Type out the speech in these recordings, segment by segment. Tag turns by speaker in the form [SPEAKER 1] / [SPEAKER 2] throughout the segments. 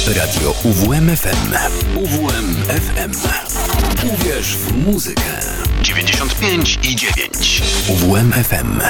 [SPEAKER 1] Radio UWM-FM. UWM-FM. Uwierz w muzykę. 95,9. UWM-FM.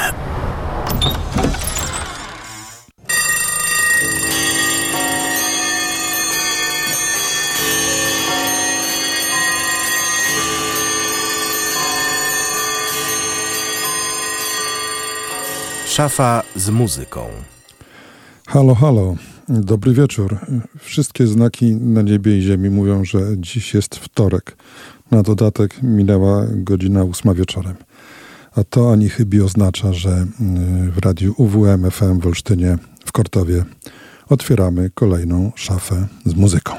[SPEAKER 2] Szafa z muzyką.
[SPEAKER 3] Halo, halo. Dobry wieczór. Wszystkie znaki na niebie i ziemi mówią, że dziś jest wtorek. Na dodatek minęła godzina 8 wieczorem. A to ani chybi oznacza, że w radiu UWM-FM w Olsztynie, w Kortowie otwieramy kolejną szafę z muzyką.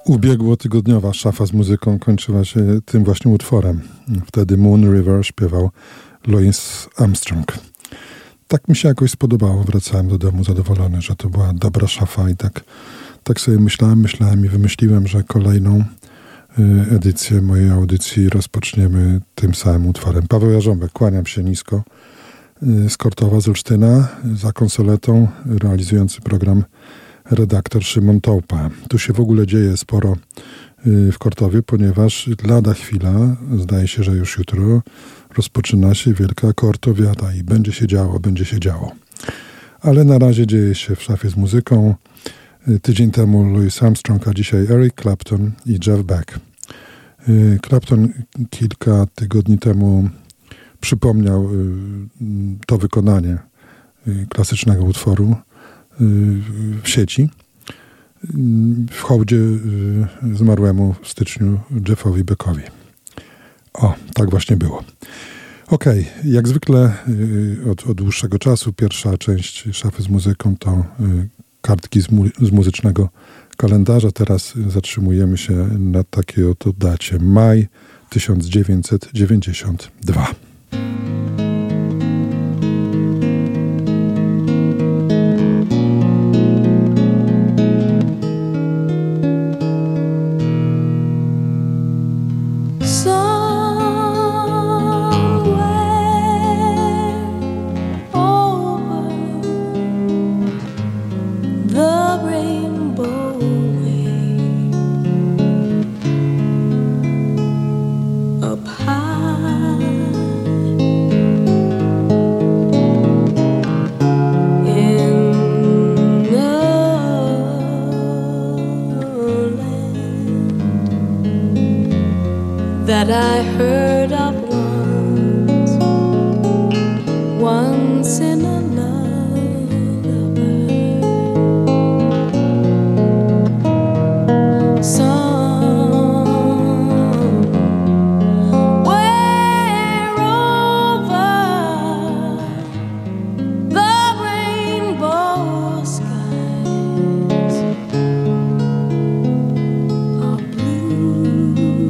[SPEAKER 3] Ubiegłotygodniowa szafa z muzyką kończyła się tym właśnie utworem. Wtedy Moon River śpiewał Louis Armstrong. Tak mi się jakoś spodobało. Wracałem do domu zadowolony, że to była dobra szafa i tak sobie myślałem i wymyśliłem, że kolejną edycję mojej audycji rozpoczniemy tym samym utworem. Paweł Jarząbek, kłaniam się nisko z Kortowa, z Olsztyna, za konsoletą realizujący program redaktor Szymon Tołpa. Tu się w ogóle dzieje sporo w Kortowie, ponieważ lada chwila, zdaje się, że już jutro, rozpoczyna się Wielka Kortowiada i będzie się działo. Ale na razie dzieje się w szafie z muzyką. Tydzień temu Louis Armstrong, a dzisiaj Eric Clapton i Jeff Beck. Clapton kilka tygodni temu przypomniał to wykonanie klasycznego utworu w sieci w hołdzie zmarłemu w styczniu Jeffowi Beckowi. O, tak właśnie było. Okej, jak zwykle od dłuższego czasu pierwsza część szafy z muzyką to kartki z muzycznego kalendarza. Teraz zatrzymujemy się na takiej oto dacie. Maj 1992.
[SPEAKER 2] That I heard of once in a lullaby. Somewhere over the rainbow skies are blue.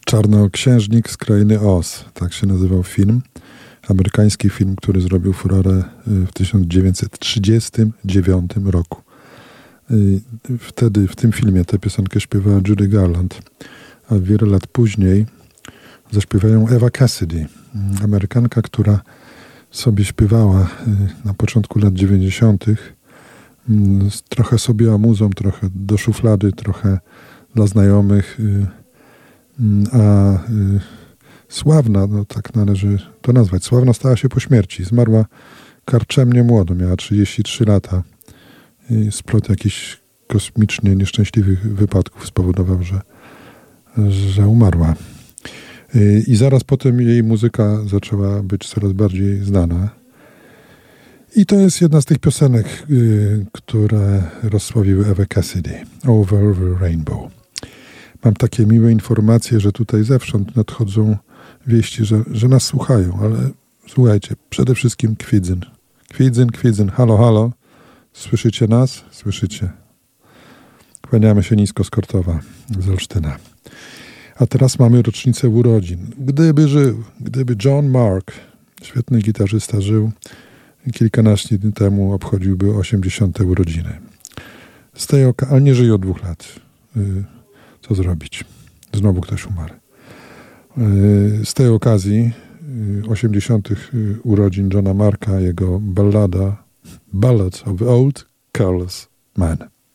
[SPEAKER 3] Czarnoksiężnik z krainy Oz, tak się nazywał film. Amerykański film, który zrobił furorę w 1939 roku. Wtedy w tym filmie tę piosenkę śpiewała Judy Garland, a wiele lat później zaśpiewają Eva Cassidy, Amerykanka, która sobie śpiewała na początku lat 90. Trochę sobie amuzą, trochę do szuflady, trochę dla znajomych, a sławna, no tak należy to nazwać, sławna stała się po śmierci. Zmarła karczemnie młodo, miała 33 lata. Splot jakichś kosmicznie nieszczęśliwych wypadków spowodował, że umarła. I zaraz potem jej muzyka zaczęła być coraz bardziej znana. I to jest jedna z tych piosenek, które rozsławiły Ewę Cassidy, Over the Rainbow. Mam takie miłe informacje, że tutaj zewsząd nadchodzą wieści, że nas słuchają, ale słuchajcie, przede wszystkim Kwidzyn. Kwidzyn, halo, halo. Słyszycie nas? Słyszycie. Kłaniamy się nisko z Kortowa, z Olsztyna. A teraz mamy rocznicę urodzin. Gdyby John Mark, świetny gitarzysta, żył kilkanaście dni temu, obchodziłby 80. urodziny. Ale nie żyje od 2 lat. Co zrobić? Znowu ktoś umarł. Z tej okazji 80. urodzin Johna Marka, jego ballada Ballad of the Old Careless Man.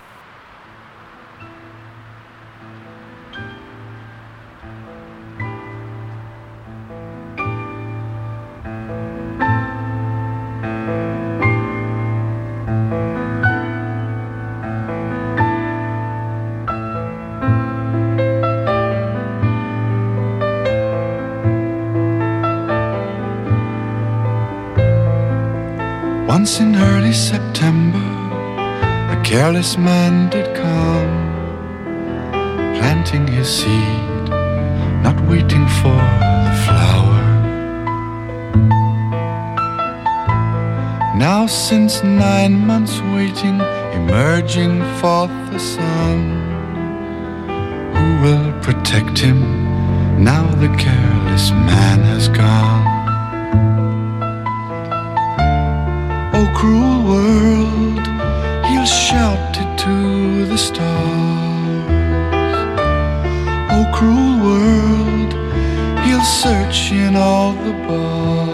[SPEAKER 4] Once in early September, a careless man did come, planting his seed, not waiting for the flower. Now since 9 months waiting, emerging forth the sun, who will protect him now the careless man has gone? Oh, cruel world, he'll shout it to the stars. Oh, cruel world, he'll search in all the bars.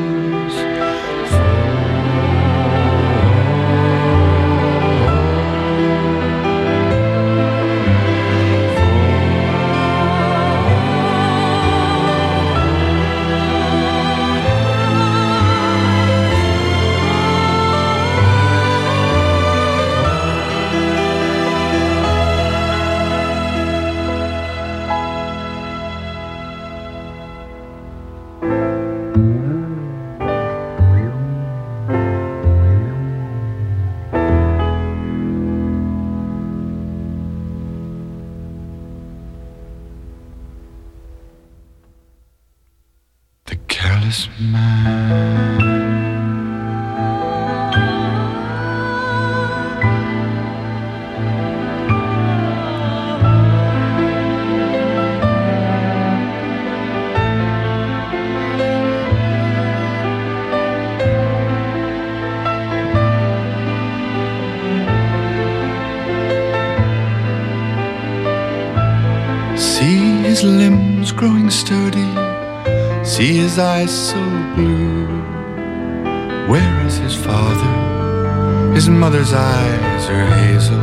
[SPEAKER 4] See his limbs growing sturdy, see his eyes so blue. Where is his father? His mother's eyes are hazel,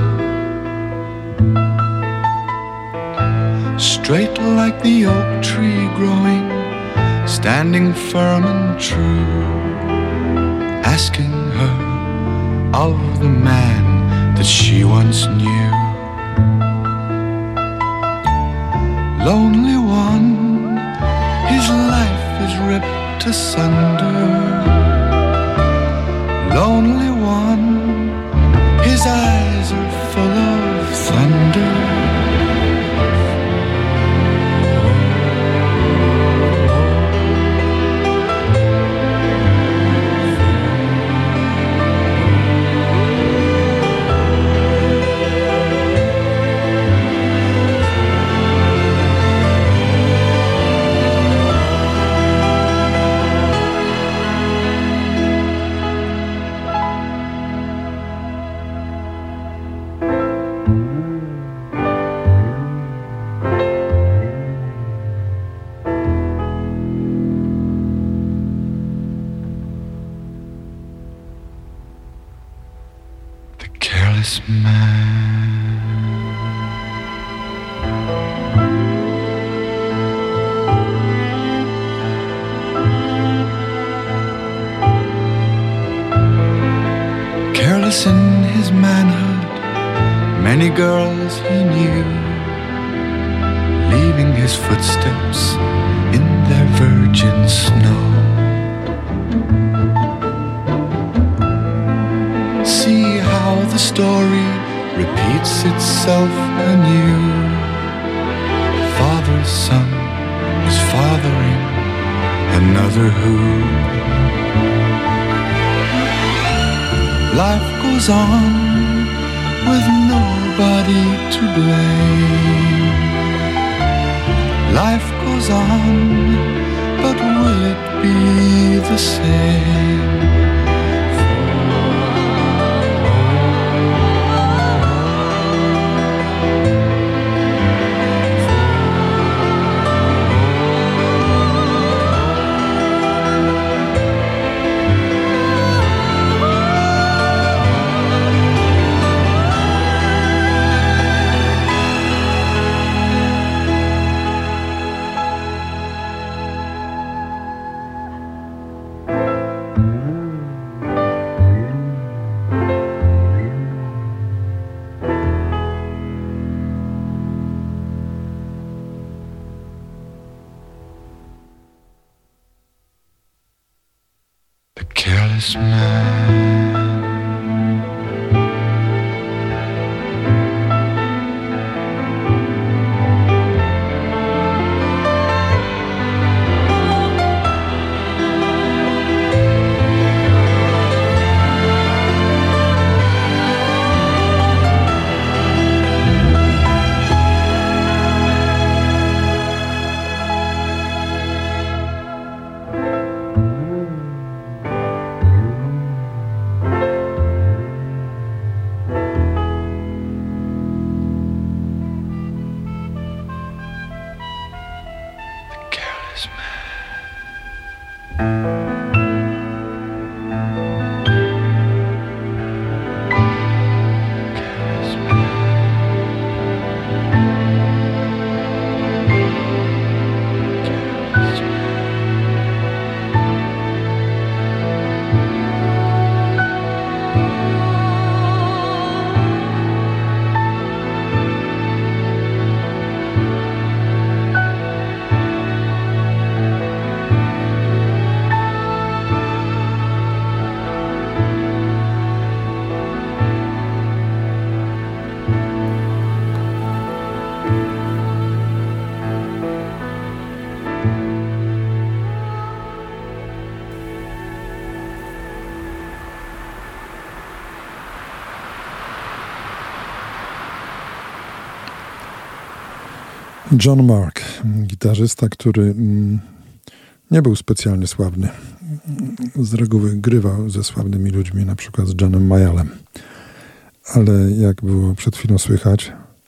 [SPEAKER 4] straight like the oak tree growing, standing firm and true, asking her of the man that she once knew. Lonely one, his life is ripped asunder. Lonely one, his eyes are full of thunder. careless man. Careless in his manhood, many girls he knew, leaving his footsteps in their virgin snow. See how the story repeats itself anew. Father's son is fathering another who. Life goes on with nobody to blame. Life goes on, but will it be the same? Careless man.
[SPEAKER 3] John Mark, gitarzysta, który nie był specjalnie sławny. Z reguły grywał ze sławnymi ludźmi, na przykład z Johnem Mayallem. Ale jak było przed chwilą słychać,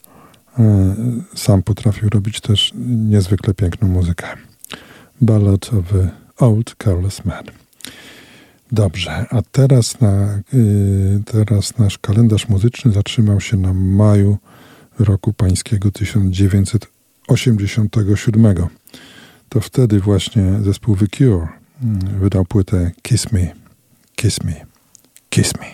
[SPEAKER 3] sam potrafił robić też niezwykle piękną muzykę. Ballad of an Old Careless Man. Dobrze, a teraz nasz kalendarz muzyczny zatrzymał się na maju roku pańskiego 1987. To wtedy właśnie zespół The Cure wydał płytę Kiss Me, Kiss Me, Kiss Me.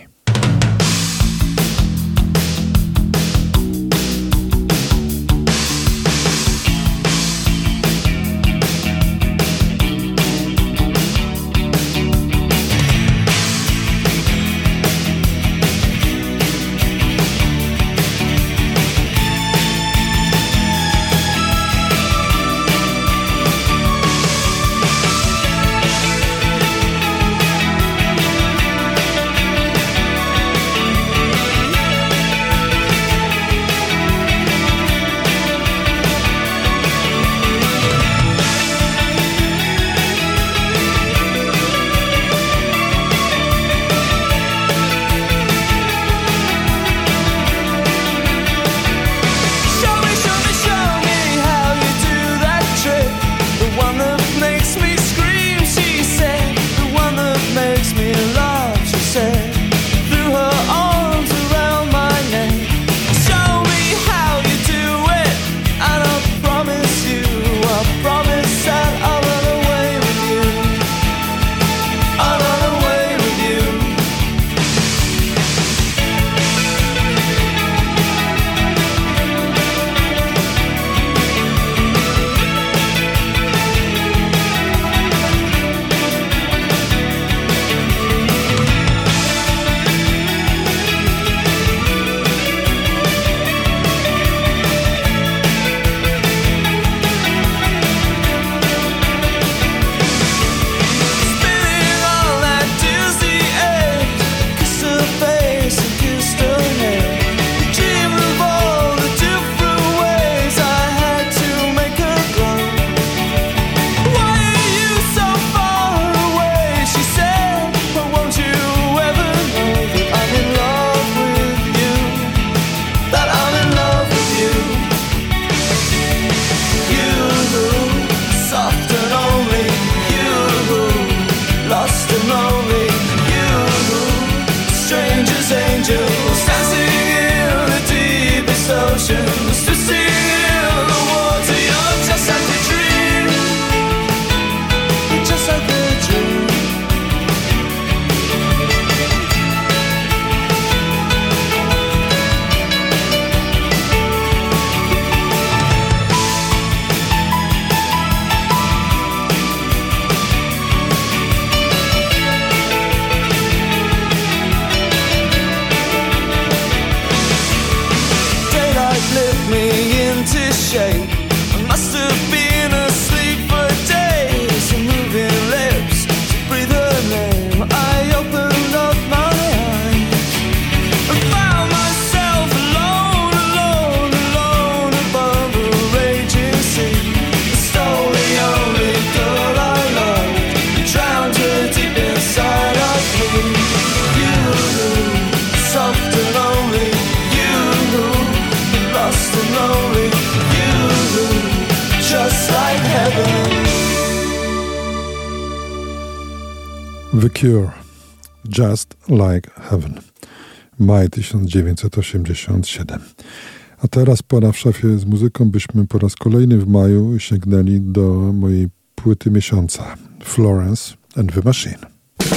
[SPEAKER 3] The Cure, Just Like Heaven, maj 1987. A teraz pora w szafie z muzyką, byśmy po raz kolejny w maju sięgnęli do mojej płyty miesiąca, Florence and the Machine.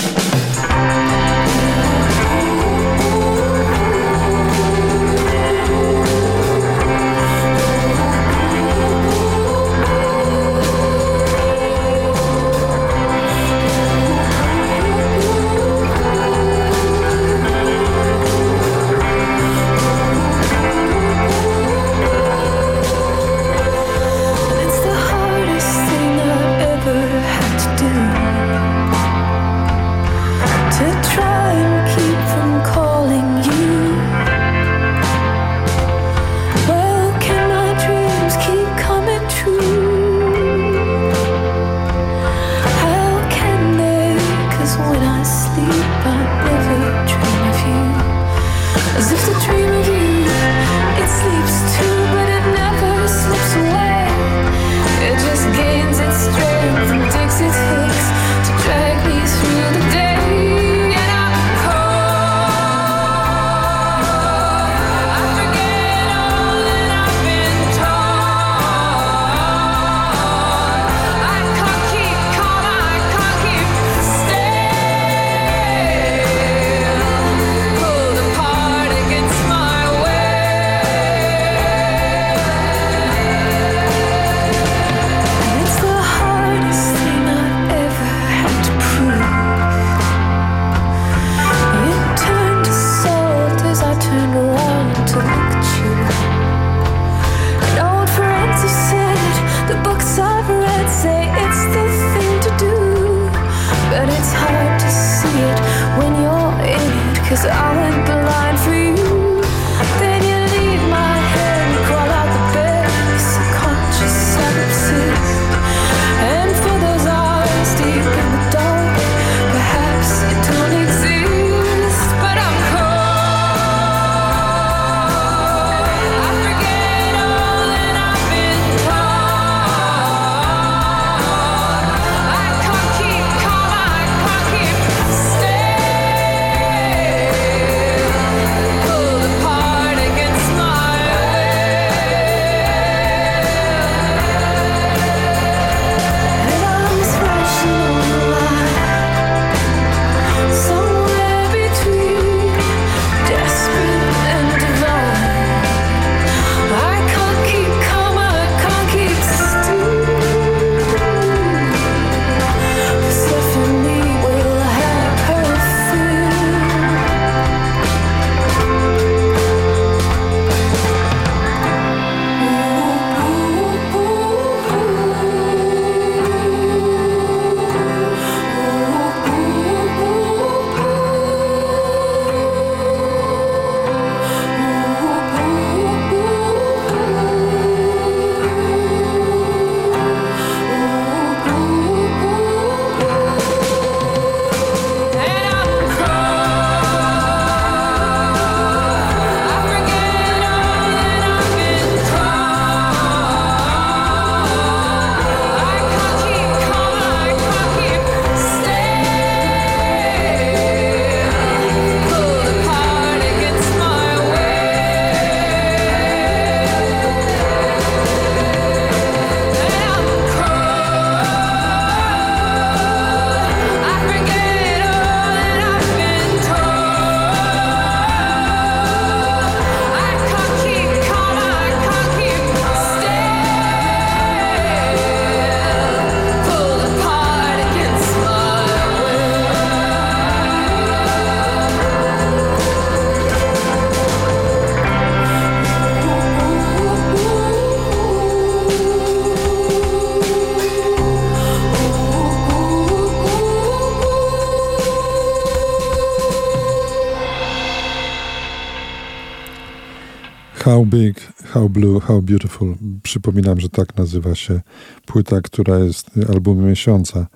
[SPEAKER 3] How Big, How Blue, How Beautiful. Przypominam, że tak nazywa się płyta, która jest albumem miesiąca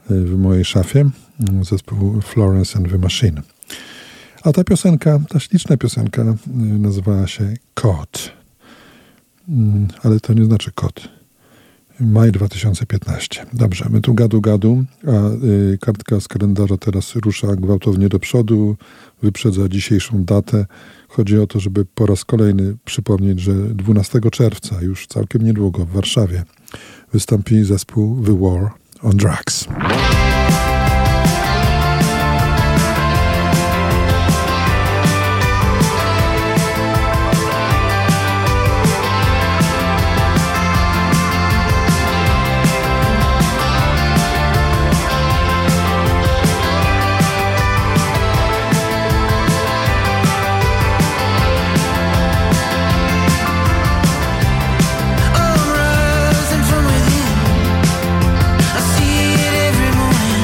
[SPEAKER 3] w mojej szafie, zespołu Florence and the Machine. A ta piosenka, ta śliczna piosenka nazywała się Caught. Ale to nie znaczy kot. Maj 2015. Dobrze, my tu gadu, a kartka z kalendarza teraz rusza gwałtownie do przodu, wyprzedza dzisiejszą datę. Chodzi o to, żeby po raz kolejny przypomnieć, że 12 czerwca, już całkiem niedługo w Warszawie, wystąpi zespół The War on Drugs.
[SPEAKER 5] Rising from within, I see it every morning.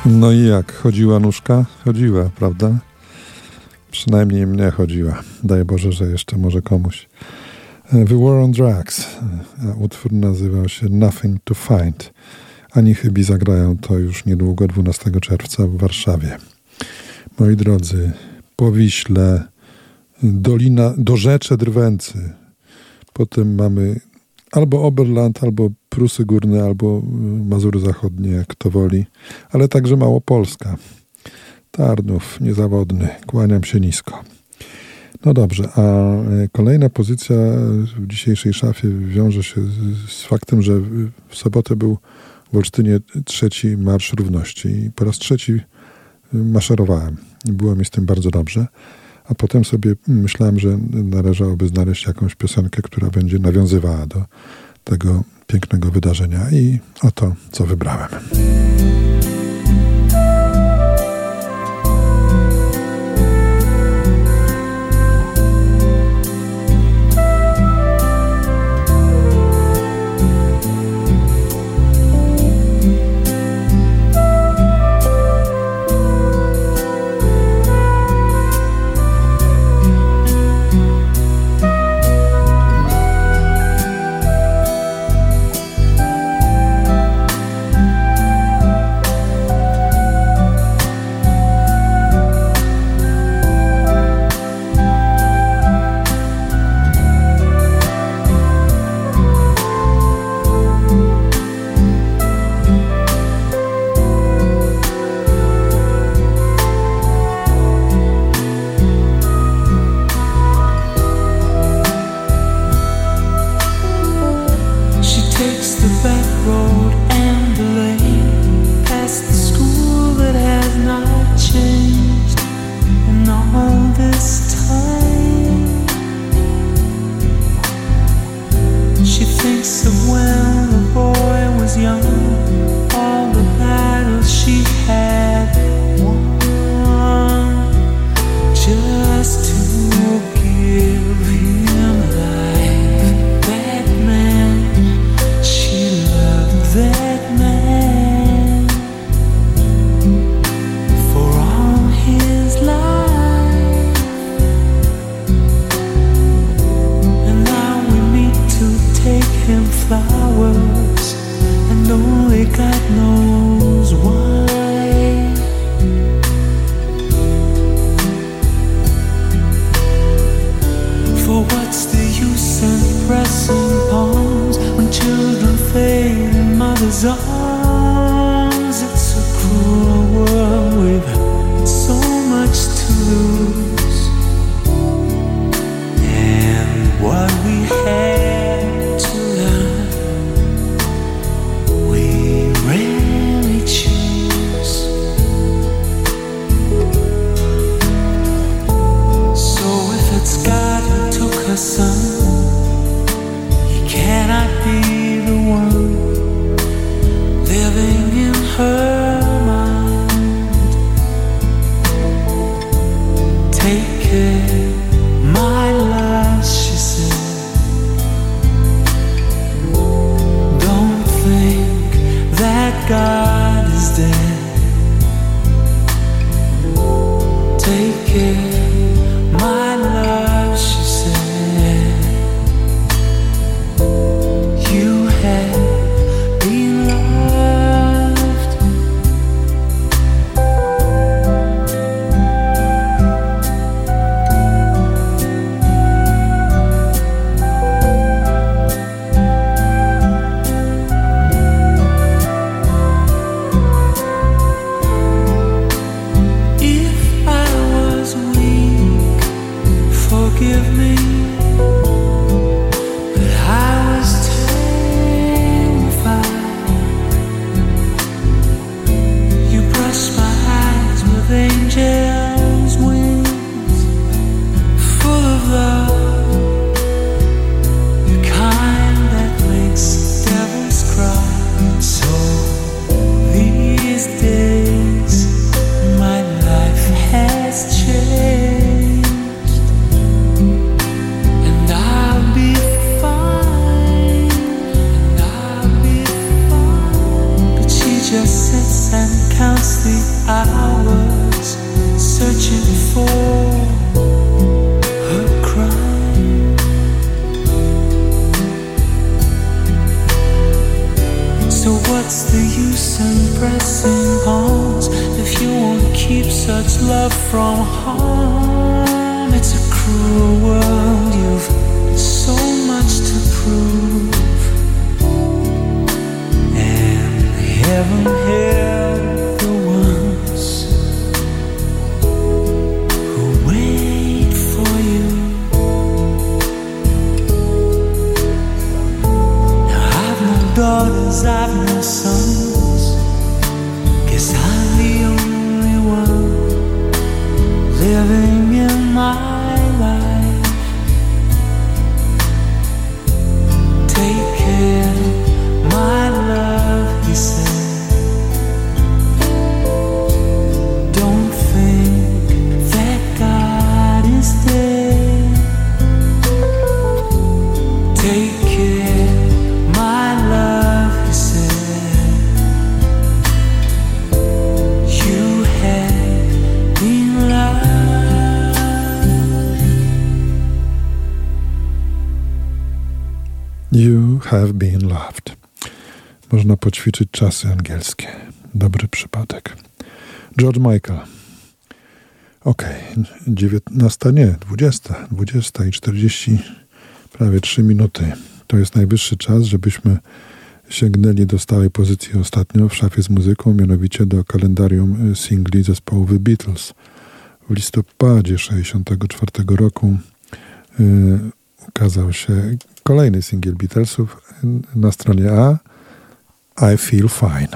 [SPEAKER 3] No i jak? Chodziła nóżka? Chodziła, prawda? Przynajmniej mnie chodziła. Daj Boże, że jeszcze może komuś. The War on Drugs. A utwór nazywał się Nothing to Find. Ani chybi zagrają to już niedługo, 12 czerwca w Warszawie. Moi drodzy, Powiśle, Dorzecze Drwęcy. Potem mamy albo Oberland, albo Prusy Górne, albo Mazury Zachodnie, jak kto woli. Ale także Małopolska. Tarnów, niezawodny. Kłaniam się nisko. No dobrze, a kolejna pozycja w dzisiejszej szafie wiąże się z faktem, że w sobotę był w Olsztynie 3. Marsz Równości i po raz 3 maszerowałem. Było mi z tym bardzo dobrze, a potem sobie myślałem, że należałoby znaleźć jakąś piosenkę, która będzie nawiązywała do tego pięknego wydarzenia i oto co wybrałem.
[SPEAKER 5] And I what's the use in pressing pawns if you won't keep such love from harm? It's a cruel world, you've so much to prove, and heaven help the ones who wait for you. Now I've no daughters, I've no sons, guess I'm the only one living in my life. Take care, my love, he said. Don't think that God is dead. Take care, my love, he said. You have been loved.
[SPEAKER 3] You have been loved. Można poćwiczyć czasy angielskie. Dobry przypadek. George Michael. Okej, 19, nie, 20 i 40, prawie 3 minuty. To jest najwyższy czas, żebyśmy sięgnęli do stałej pozycji ostatnio w szafie z muzyką, mianowicie do kalendarium singli zespołu The Beatles. W listopadzie 1964 roku ukazał się kolejny singiel Beatlesów na stronie A, I Feel Fine.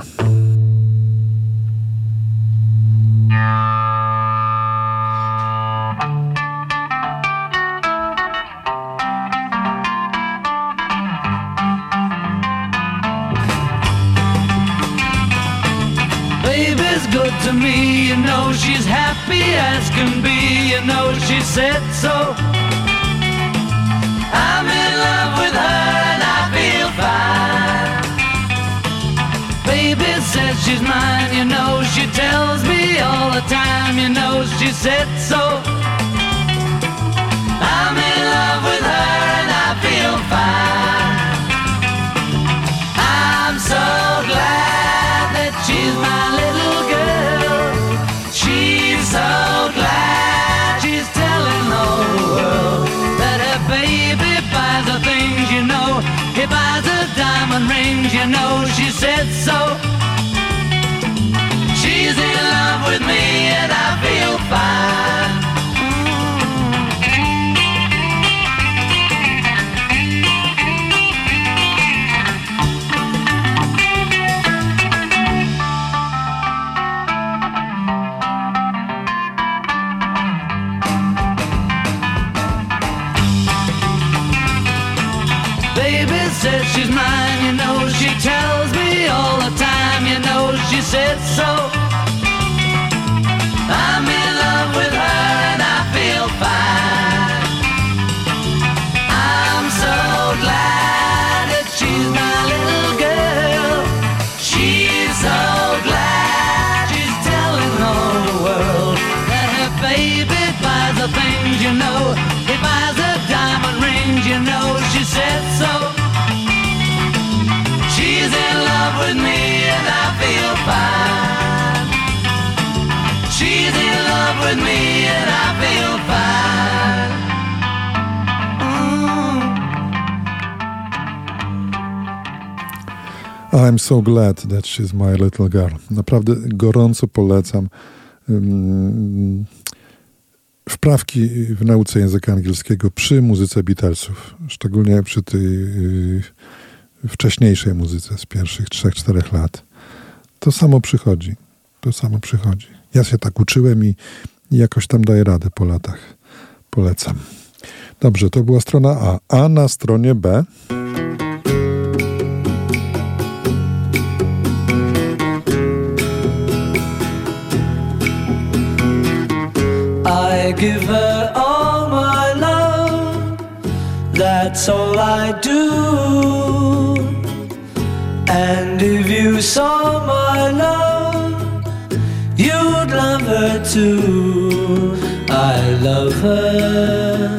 [SPEAKER 5] Baby's good to me, you know she's happy as can be, you know she said so. I'm in love with her and I feel fine. Baby says she's mine, you know she tells me all the time, you know she said so. I'm in love with her and I feel fine. I'm so glad that she's my little girl. She's so glad she's telling all the world that her baby buys her things, you know. He buys her diamond rings, you know she said so. She's in love with me and I feel fine. Baby says she's mine, you know she tells me all the time, you know she said so. I'm in love with her and I feel fine. I'm so glad that she's my little girl. She's so glad she's telling all the world that her baby buys the things, you know. He buys her diamond rings, you know she said so. She's in love with me and I feel fine. She's in love with me and I feel fine.
[SPEAKER 3] I'm so glad that she's my little girl. Naprawdę gorąco polecam wprawki w nauce języka angielskiego przy muzyce Beatlesów, szczególnie przy tej wcześniejszej muzyce z pierwszych 3-4 lat. To samo przychodzi. Ja się tak uczyłem i jakoś tam daję radę po latach. Polecam. Dobrze, to była strona A. A na stronie B.
[SPEAKER 5] I give her all my love, that's all I do. And if you saw my love, you'd love her too. I love her.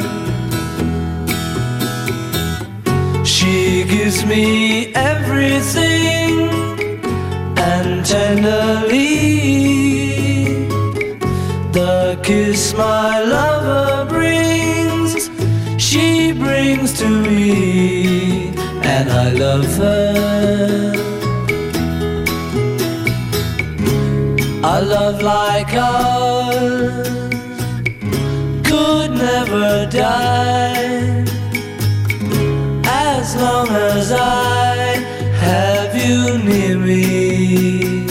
[SPEAKER 5] She gives me everything tenderly. The kiss my lover brings, she brings to me, and I love her. A love like ours could never die, as long as I have you near me.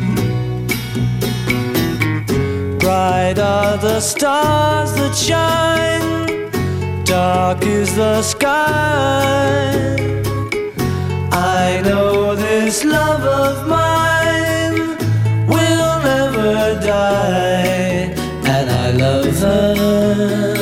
[SPEAKER 5] Bright are the stars that shine, dark is the sky. I know this love of mine will never die, and I love her.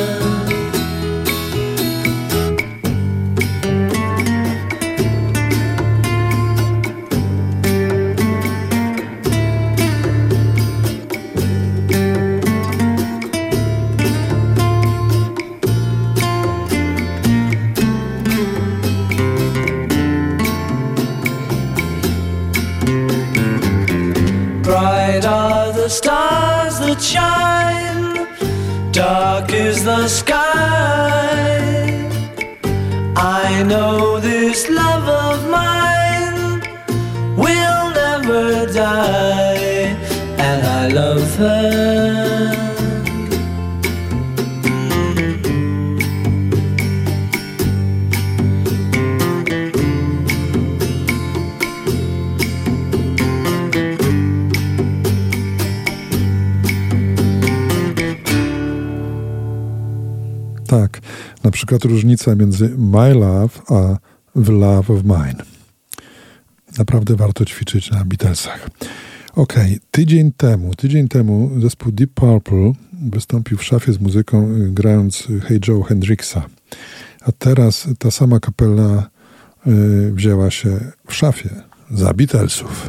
[SPEAKER 5] Bright are the stars that shine, dark is the sky. I know this love of mine will never die, and I love her.
[SPEAKER 3] Tak, na przykład różnica między My Love a The Love of Mine. Naprawdę warto ćwiczyć na Beatlesach. Okej, tydzień temu zespół Deep Purple wystąpił w szafie z muzyką, grając Hey Joe Hendrixa. A teraz ta sama kapela wzięła się w szafie za Beatlesów.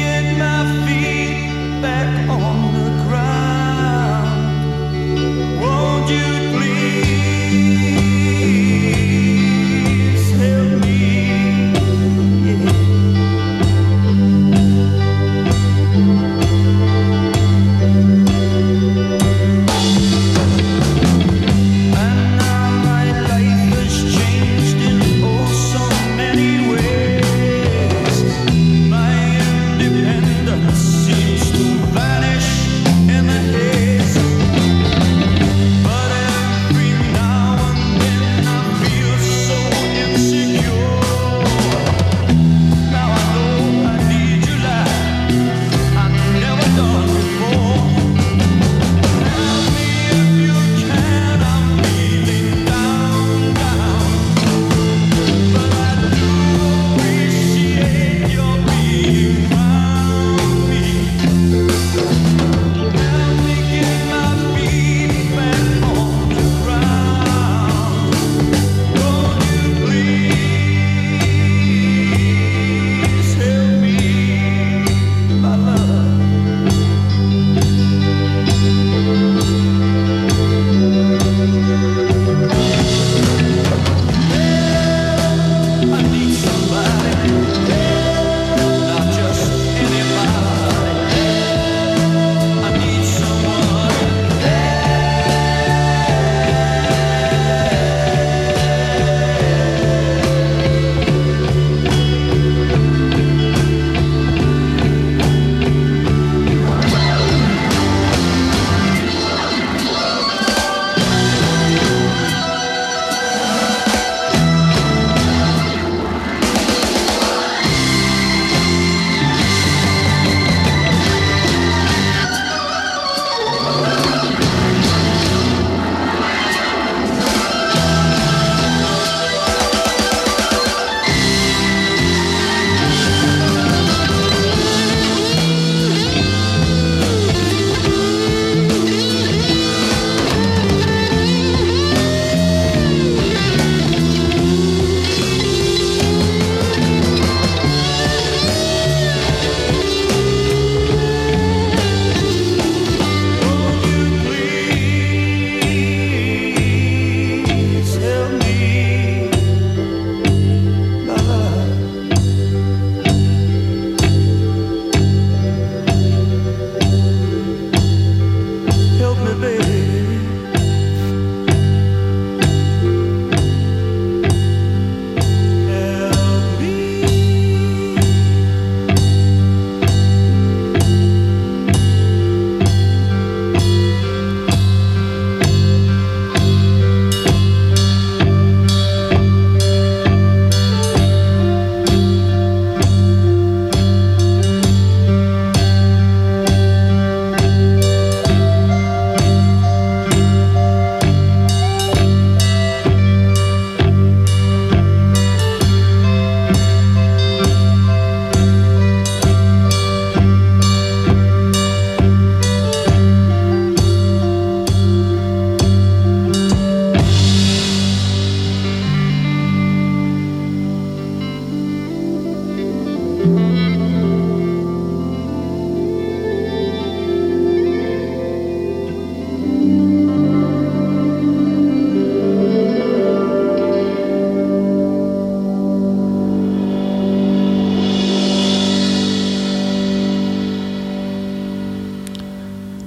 [SPEAKER 6] Back on the ground. Whoa.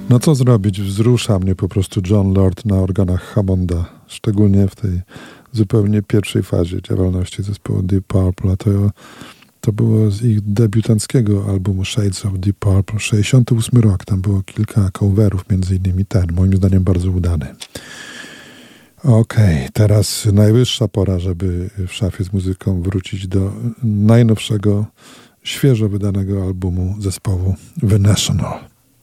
[SPEAKER 3] No co zrobić? Wzrusza mnie po prostu John Lord na organach Hammonda, szczególnie w tej zupełnie pierwszej fazie działalności zespołu Deep Purple. To było z ich debiutanckiego albumu Shades of Deep Purple, 68 rok. Tam było kilka coverów, między innymi ten, moim zdaniem bardzo udany. Okej, teraz najwyższa pora, żeby w szafie z muzyką wrócić do najnowszego, świeżo wydanego albumu zespołu The National.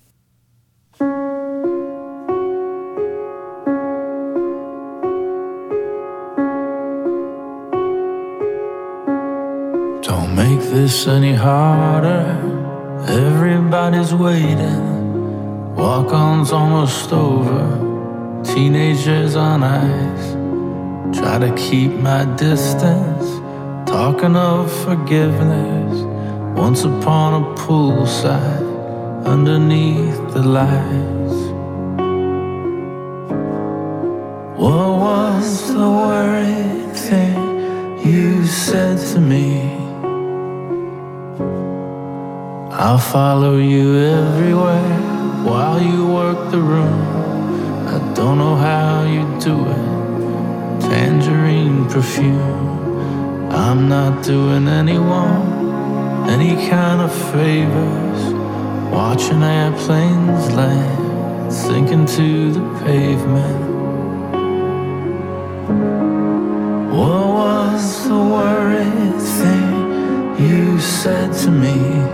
[SPEAKER 6] Don't make this any harder. Everybody's waiting. Walk-on's almost over. Teenagers on ice. Try to keep my distance. Talking of forgiveness. Once upon a poolside, underneath the lights. What was the worried thing you said to me? I'll follow you everywhere while you work the room. I don't know how you do it. Tangerine perfume. I'm not doing anyone any kind of favors. Watching airplanes land, sinking to the pavement. What was the worried thing you said to me?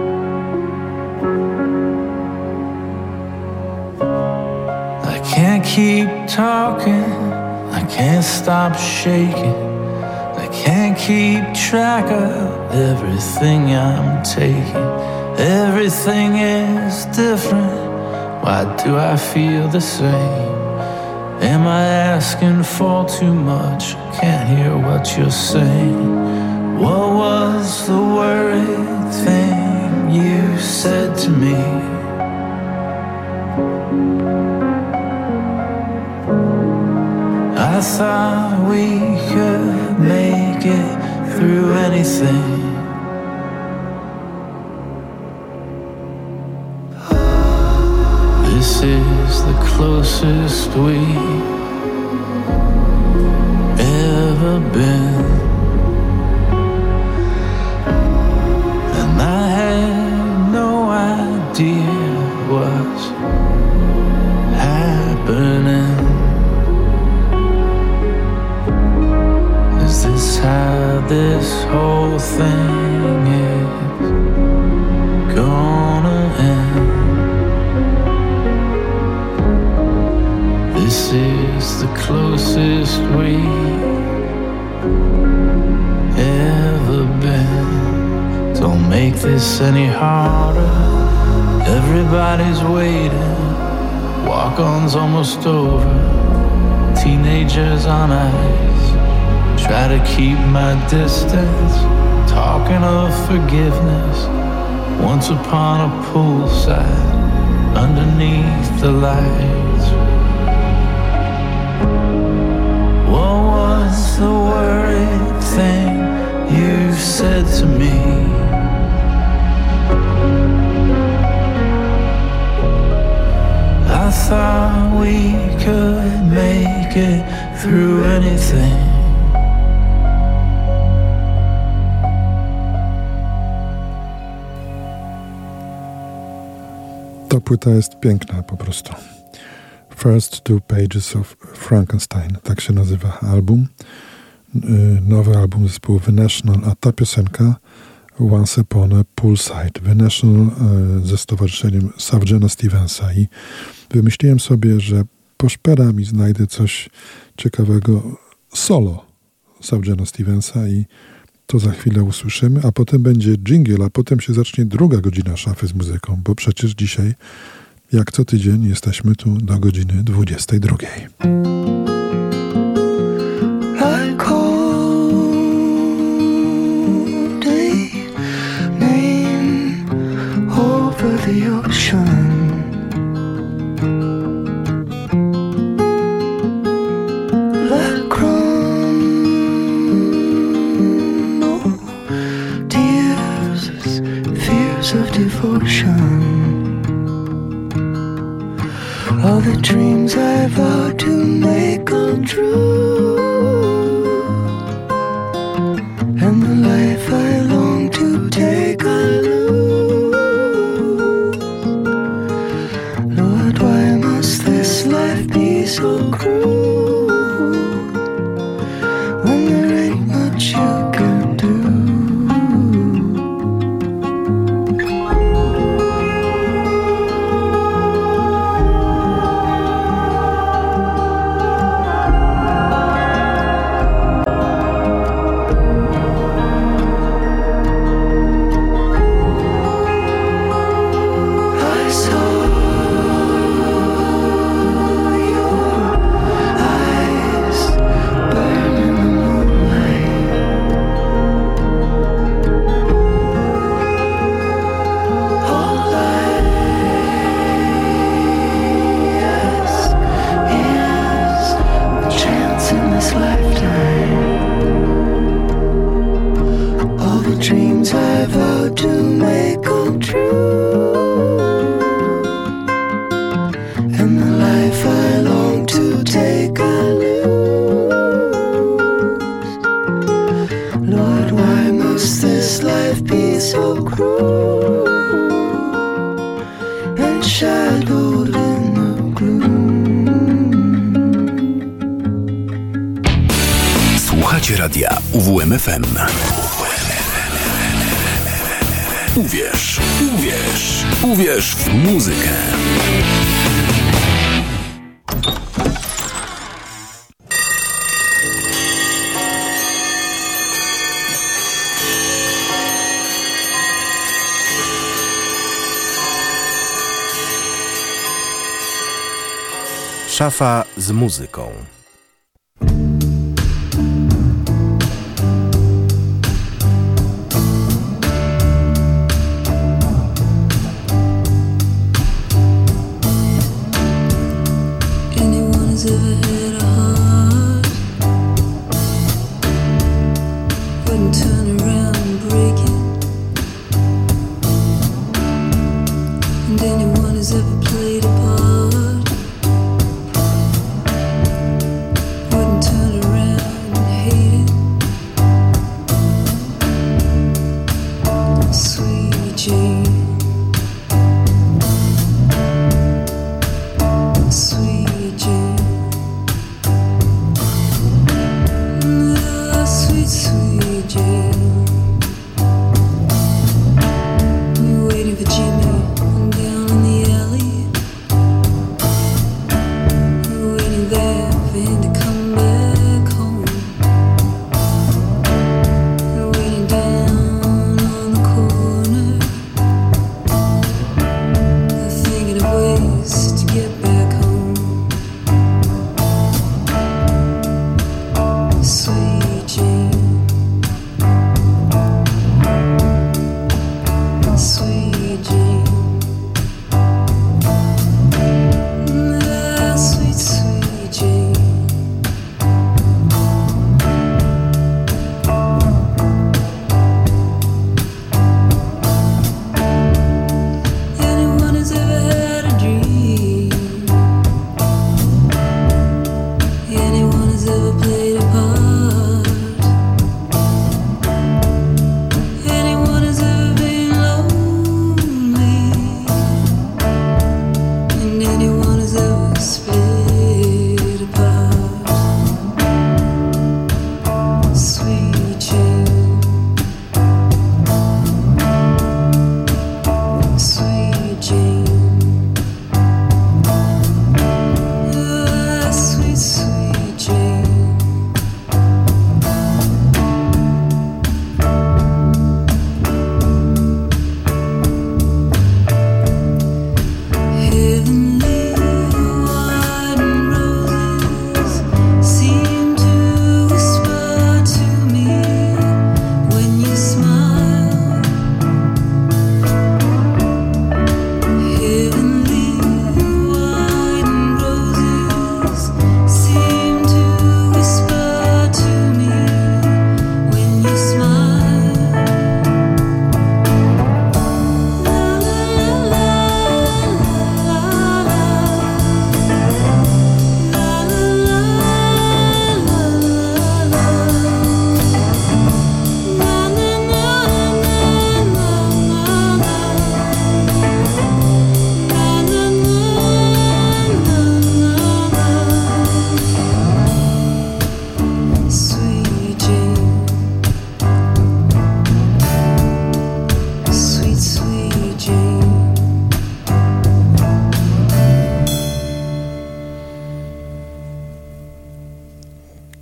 [SPEAKER 6] I can't keep talking, I can't stop shaking, I can't keep track of everything I'm taking. Everything is different, why do I feel the same? Am I asking for too much? I can't hear what you're saying. What was the worried thing you said to me? I thought we could make it through anything. This is the closest we've ever been, and I had no idea what's happening. Is this how this whole thing is gonna end? This is the closest we've ever been. Don't make this any harder. Everybody's waiting. Walk-on's almost over. Teenagers on ice. Try to keep my distance. Talking of forgiveness. Once upon a poolside, underneath the lights. What was the worried thing you said to me? I thought we could make it through anything.
[SPEAKER 3] Ta płyta jest piękna po prostu. First Two Pages of Frankenstein, tak się nazywa album. Nowy album zespołu The National, a ta piosenka Once Upon a Poolside. The National ze stowarzyszeniem Sgt. Stevensa i wymyśliłem sobie, że poszperam i znajdę coś ciekawego solo Sgt. Stevensa i to za chwilę usłyszymy, a potem będzie dżingiel, a potem się zacznie druga godzina szafy z muzyką, bo przecież dzisiaj, jak co tydzień, jesteśmy tu do godziny 22.
[SPEAKER 7] The ocean, let crown, no tears, fears of devotion. all the dreams I vowed to make come true, and the life I long to take I lose. Lord, why must this life be so cruel, when there ain't much you can do?
[SPEAKER 1] Radia UWMFM. Uwierz, uwierz, uwierz w muzykę.
[SPEAKER 8] Szafa z muzyką.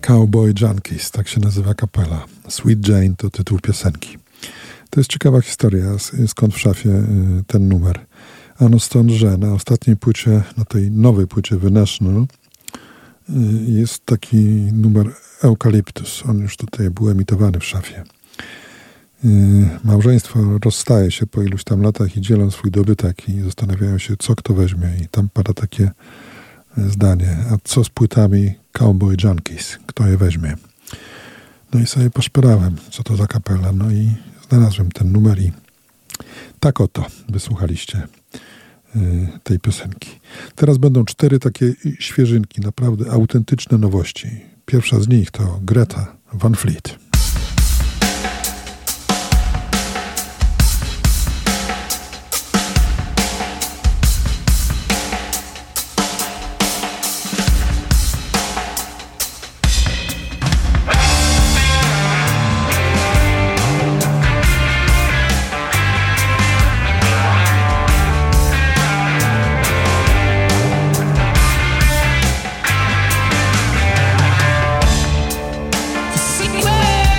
[SPEAKER 3] Cowboy Junkies, tak się nazywa kapela. Sweet Jane to tytuł piosenki. To jest ciekawa historia, skąd w szafie ten numer. Ano stąd, że na ostatniej płycie, na tej nowej płycie The National jest taki numer Eucalyptus. On już tutaj był emitowany w szafie. Małżeństwo rozstaje się po iluś tam latach i dzielą swój dobytek i zastanawiają się, co kto weźmie. I tam pada takie zdanie: a co z płytami Cowboy Junkies? Kto je weźmie? No i sobie poszperałem, co to za kapela. No i znalazłem ten numer i tak oto wysłuchaliście tej piosenki. Teraz będą 4 takie świeżynki, naprawdę autentyczne nowości. Pierwsza z nich to Greta Van Fleet.
[SPEAKER 2] Secret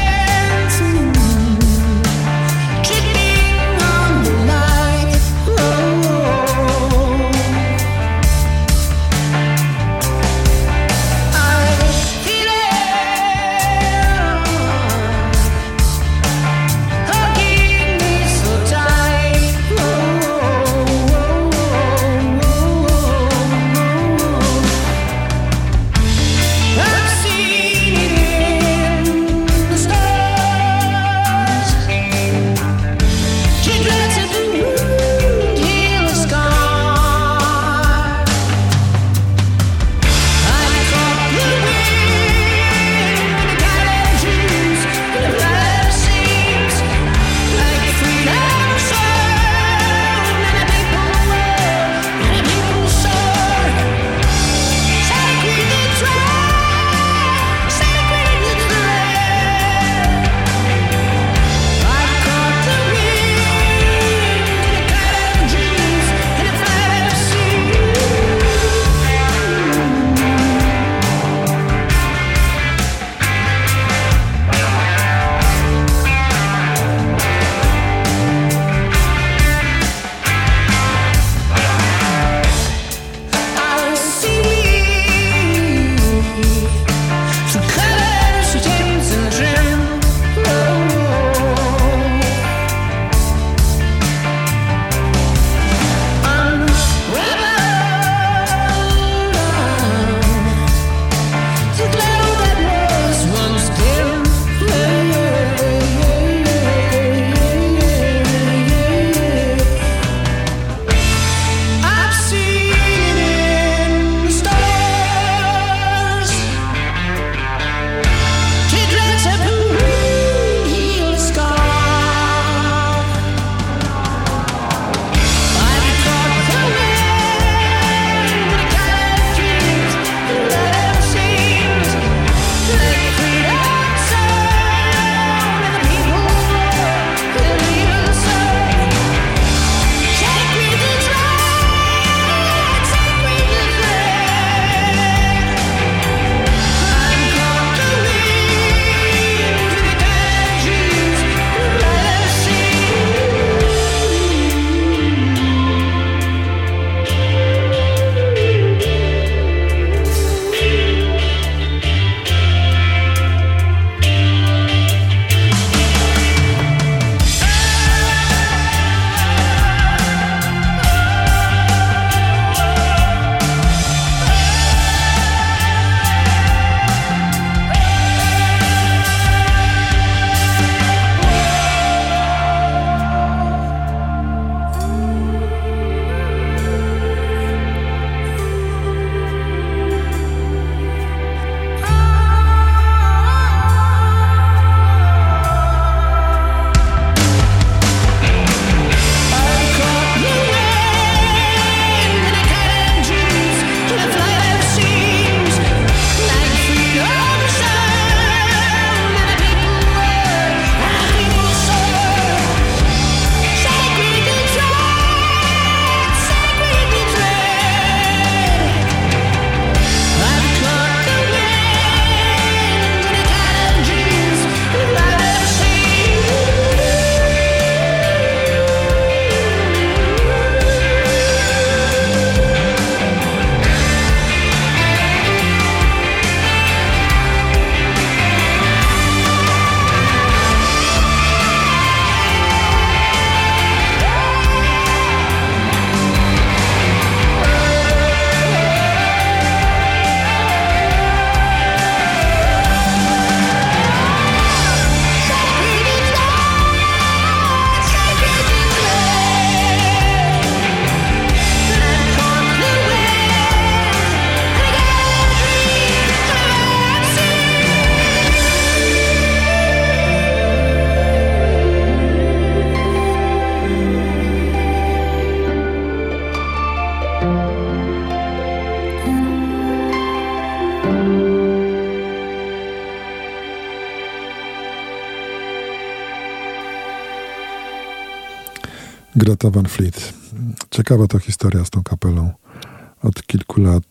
[SPEAKER 3] Greta Van Fleet. Ciekawa to historia z tą kapelą. Od kilku lat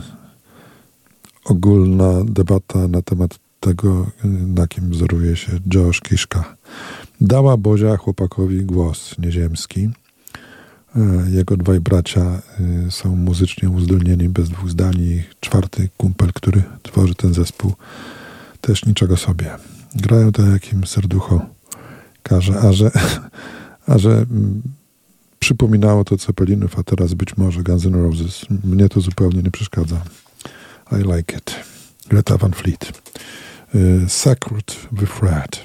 [SPEAKER 3] ogólna debata na temat tego, na kim wzoruje się Josh Kiszka. Dała Bozia chłopakowi głos nieziemski. Jego dwaj bracia są muzycznie uzdolnieni bez dwóch zdań. Ich czwarty kumpel, który tworzy ten zespół, też niczego sobie. Grają tak, jak im serducho każe, a że przypominało to Zeppelinów, a teraz być może Guns N' Roses. Mnie to zupełnie nie przeszkadza. I like it. Greta Van Fleet. Sacred with Red.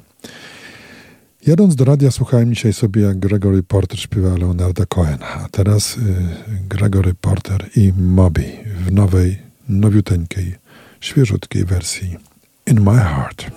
[SPEAKER 3] Jadąc do radia słuchałem dzisiaj sobie, jak Gregory Porter śpiewa Leonarda Cohena, a teraz Gregory Porter i Moby w nowej, nowiuteńkiej, świeżutkiej wersji In My Heart.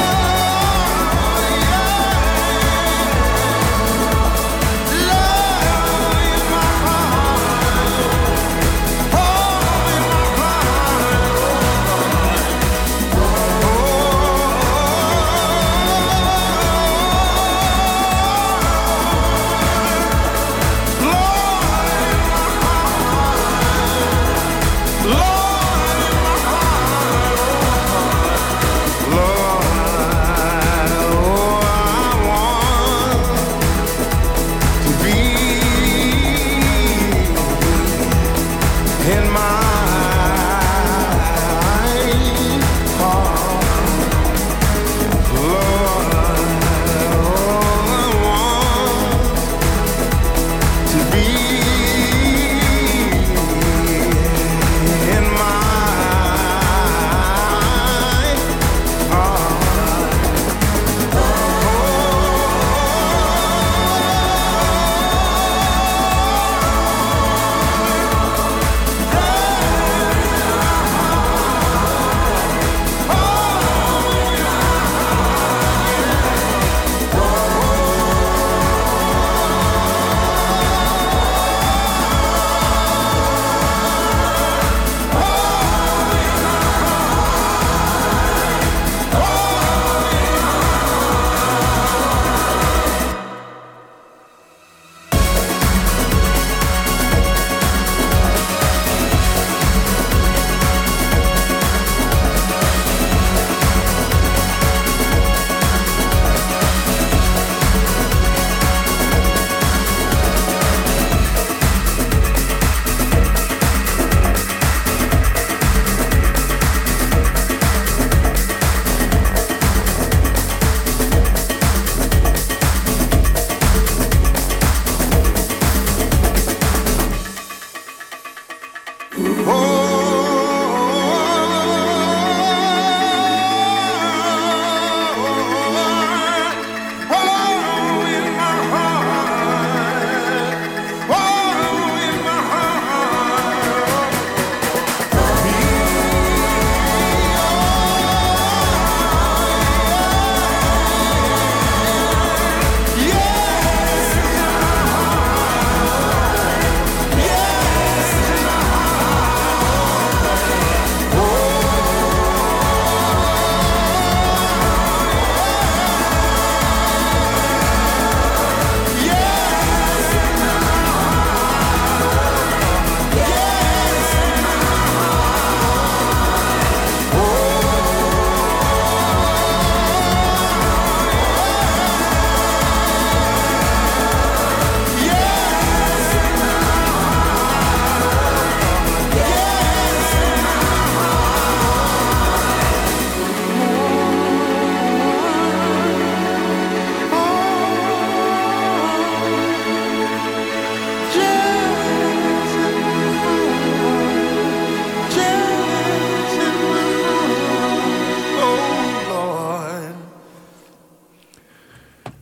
[SPEAKER 8] Love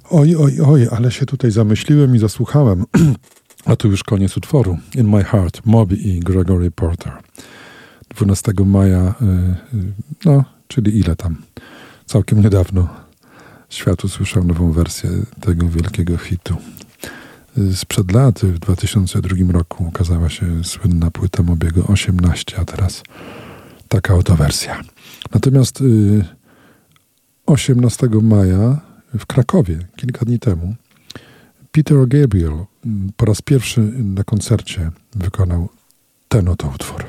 [SPEAKER 3] Oj, ale się tutaj zamyśliłem i zasłuchałem. A tu już koniec utworu. In My Heart, Moby i Gregory Porter. 12 maja, czyli ile tam? Całkiem niedawno świat usłyszał nową wersję tego wielkiego hitu. Sprzed lat, w 2002 roku ukazała się słynna płyta Mobiego 18, a teraz taka oto wersja. Natomiast 18 maja w Krakowie, kilka dni temu, Peter Gabriel po raz pierwszy na koncercie wykonał ten oto utwór.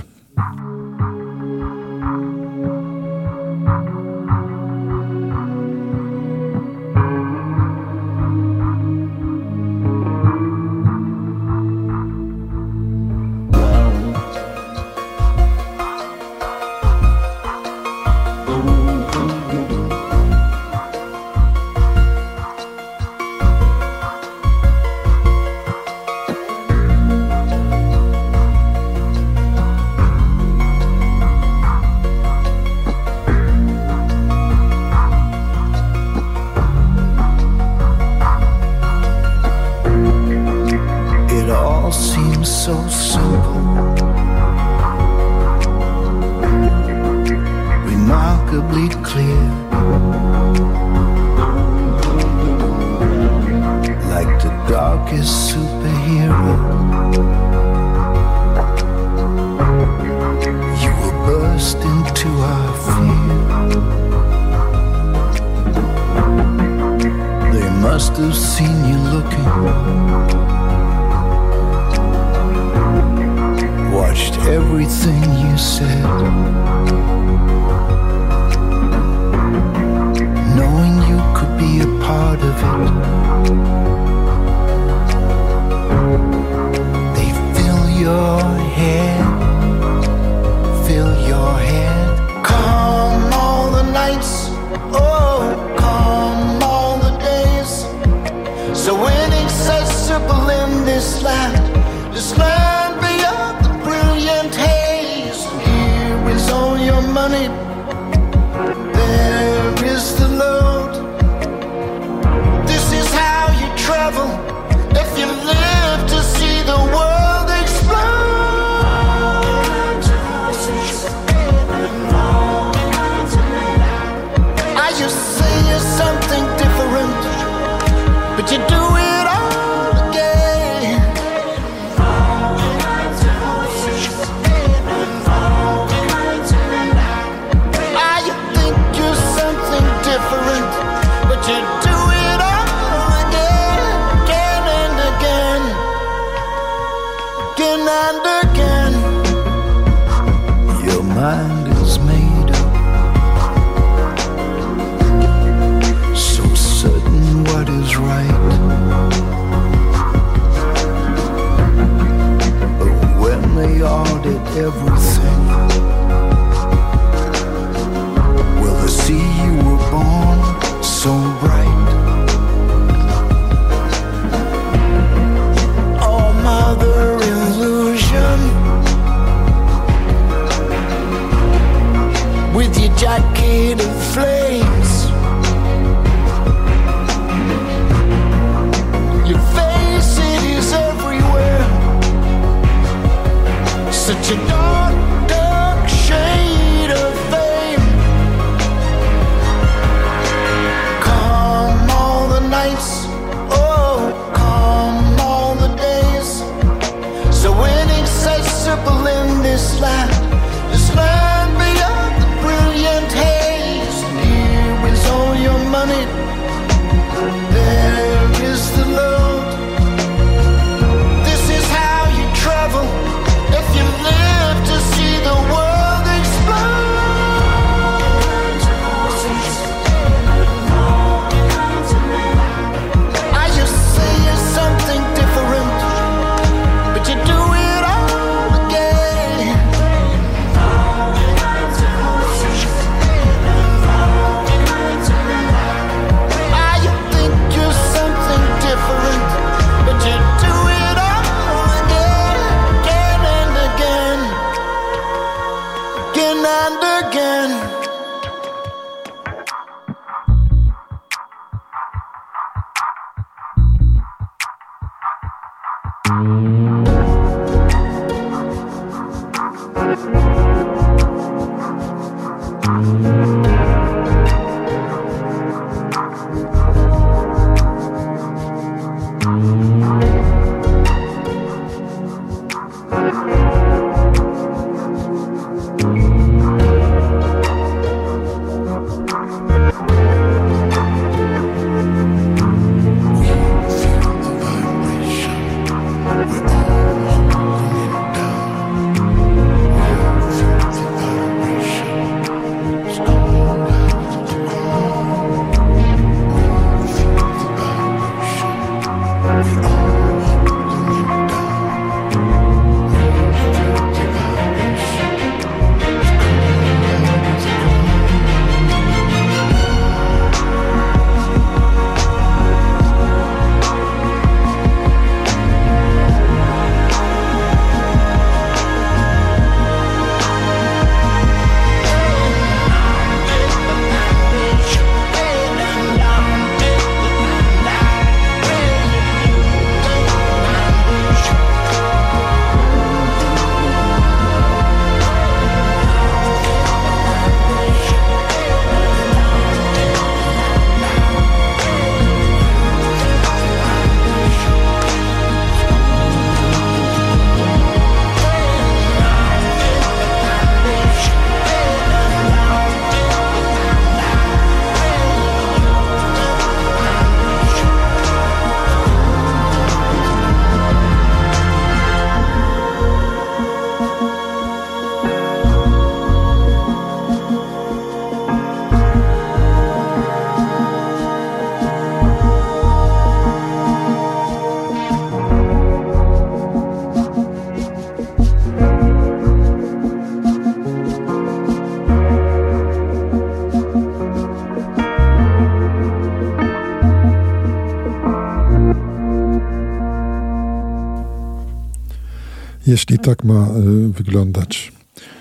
[SPEAKER 3] Jeśli tak ma wyglądać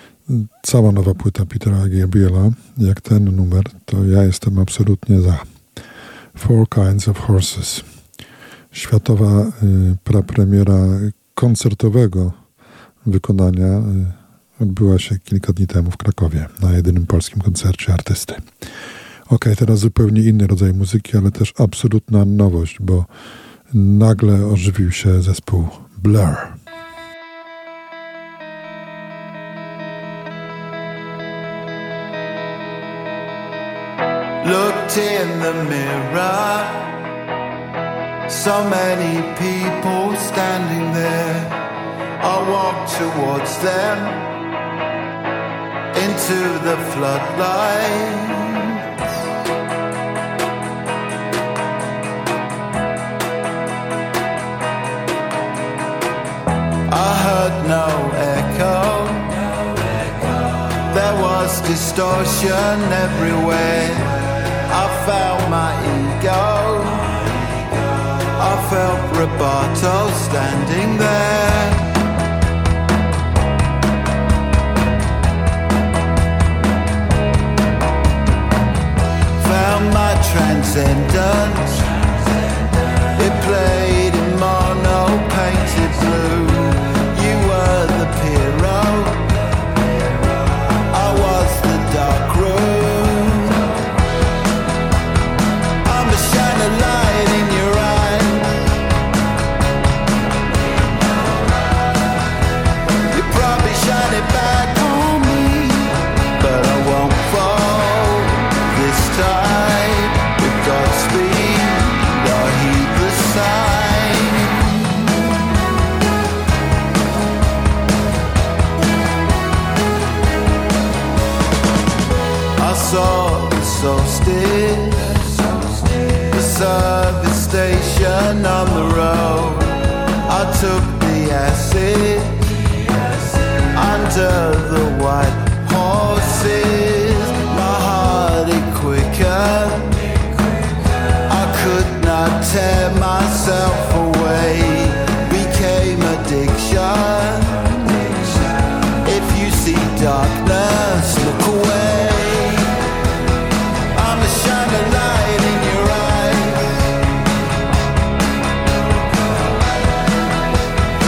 [SPEAKER 3] cała nowa płyta Petera Gabriela, jak ten numer, to ja jestem absolutnie za. Four Kinds of Horses. Światowa prapremiera koncertowego wykonania odbyła się kilka dni temu w Krakowie na jedynym polskim koncercie artysty. Teraz zupełnie inny rodzaj muzyki, ale też absolutna nowość, bo nagle ożywił się zespół Blur.
[SPEAKER 8] Looked in the mirror, so many people standing there. I walked towards them into the floodlights. I heard no echo. There was distortion everywhere. I felt my ego. I felt Roberto standing there. Found my transcendence. It played in mono painted blue. You were the hero. I was the dark room. I'm a shining light in your eye. You probably shine it back on me, but I won't fall this time. With Godspeed, I'll heed the sign. I saw the solstice, the service station on the road. I took the acid under the white horses. My heart it quicker. I could not tear myself away. Became addiction. If you see darkness, look away. I'm a shining light in your eyes.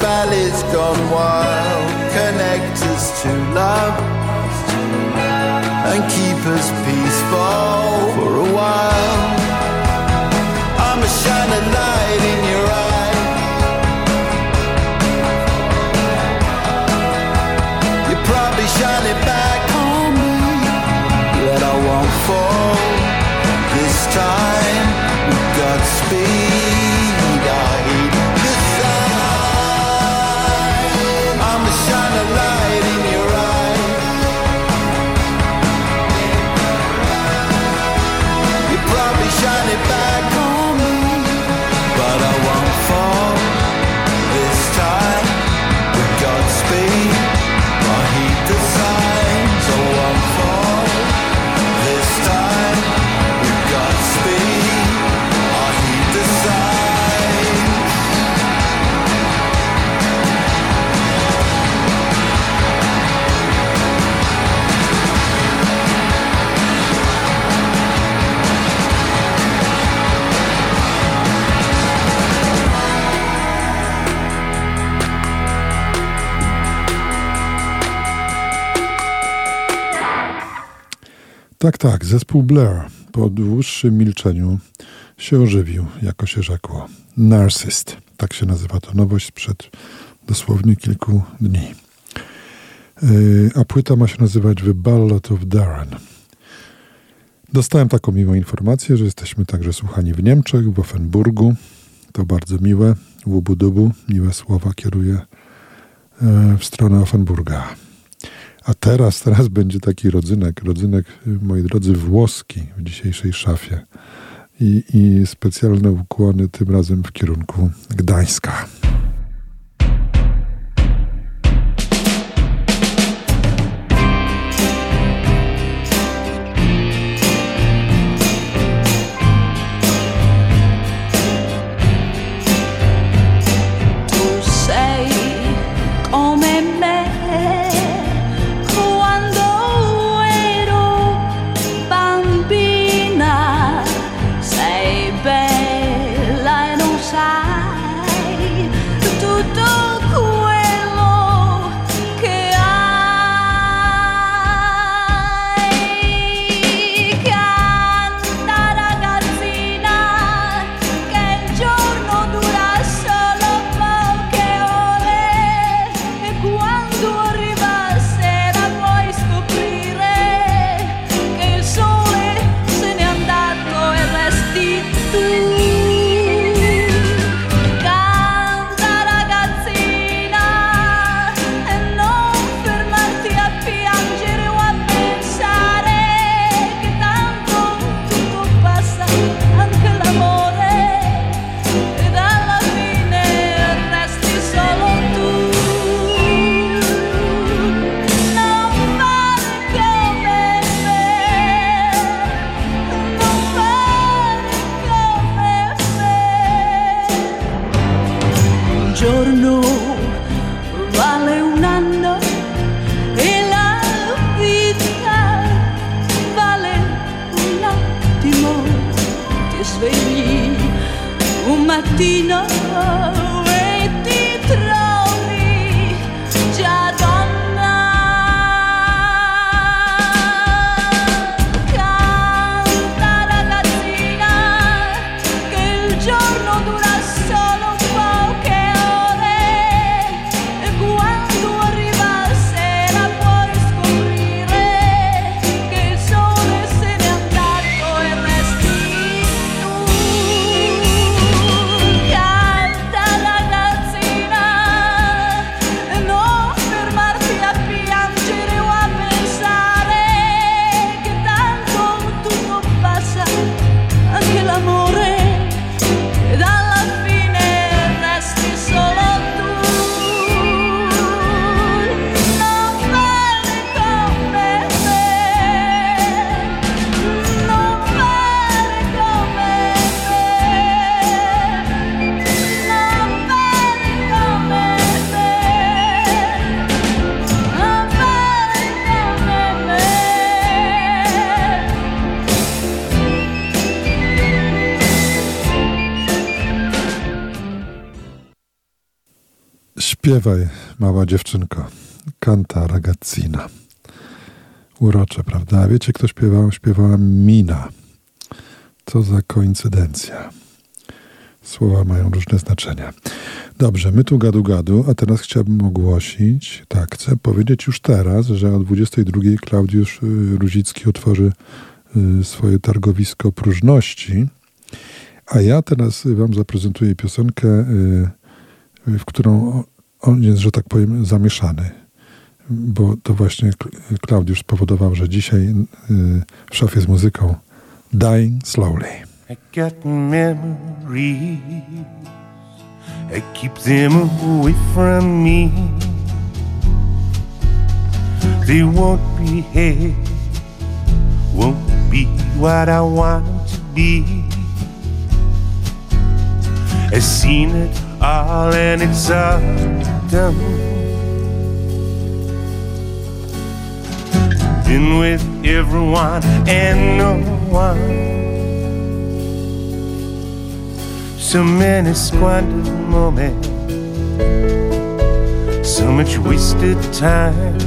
[SPEAKER 8] valley's gone wild. Connect us to love and keep us peaceful for a while. I'ma shine a light in your eye. You probably shine it back on me, but I won't fall this time. With Godspeed, I hate the sign. I'ma shine a light in your eye. You probably shine it back on me, but I won't fall this time. With Godspeed, I heed the signs. I won't fall this time. With Godspeed, I heed the signs.
[SPEAKER 3] Tak, zespół Blur po dłuższym milczeniu się ożywił, jako się rzekło. Narcissist, tak się nazywa to nowość sprzed dosłownie kilku dni. A płyta ma się nazywać The Ballad of Darren. Dostałem taką miłą informację, że jesteśmy także słuchani w Niemczech, w Offenburgu. To bardzo miłe. Łubu-dubu, miłe słowa kieruję w stronę Offenburga. A teraz będzie taki rodzynek, moi drodzy, włoski w dzisiejszej szafie i specjalne ukłony tym razem w kierunku Gdańska.
[SPEAKER 2] Sei bella e non sai
[SPEAKER 3] Śpiewaj, mała dziewczynko. Canta ragazzina. Urocze, prawda? A wiecie, kto śpiewał? Śpiewała Mina. Co za koincydencja. Słowa mają różne znaczenia. Dobrze, my tu gadu, a teraz chciałbym ogłosić, chcę powiedzieć już teraz, że o 22 Klaudiusz Ruzicki otworzy swoje targowisko próżności, a ja teraz wam zaprezentuję piosenkę, w którą on jest, że tak powiem, zamieszany. Bo to właśnie Klaudiusz spowodował, że dzisiaj w szafie z muzyką Dying Slowly.
[SPEAKER 9] I got memories, I keep them away from me. They won't be here, won't be what I want them to be. I've seen it all and it's all done. Been with everyone and no one. So many squandered moments, so much wasted time,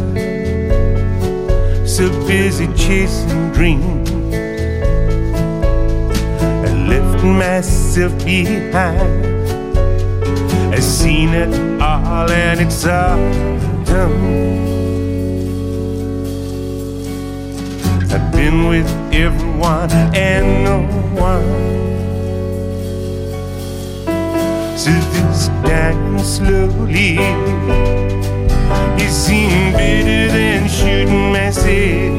[SPEAKER 9] so busy chasing dreams, I left myself behind. I've seen it all and it's all done. I've been with everyone and no one. So this dying slowly, it seemed better than shooting myself.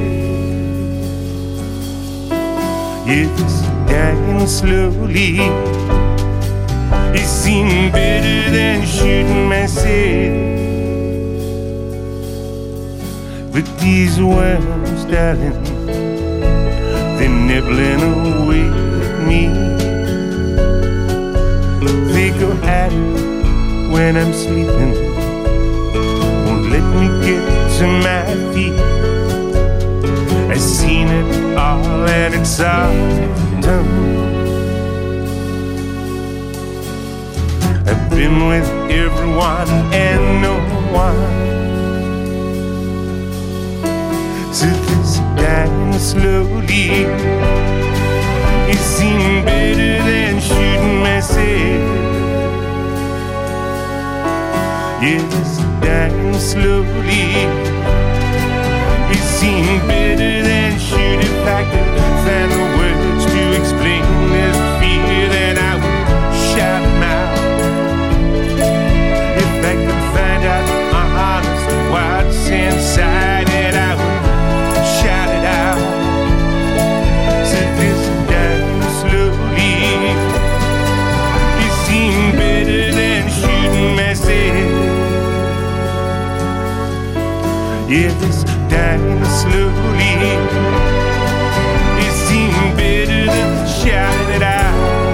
[SPEAKER 9] It's dying slowly, it seemed better than shooting myself. But these worms, darling, they're nibbling away at me. They go at it when I'm sleeping, won't let me get to my feet. I've seen it all and it's all done. I've been with everyone and no one. So this dying slowly, it seemed better than shooting myself. Yes, dying slowly, it seemed better than shooting. If I could find the words to explain this fear, then I would shout them out. If I could find out honest what's inside it, I would shout it out. So this dying slowly, it seemed better than shooting myself. Yeah, this dying slowly, it seemed better than shouting it out.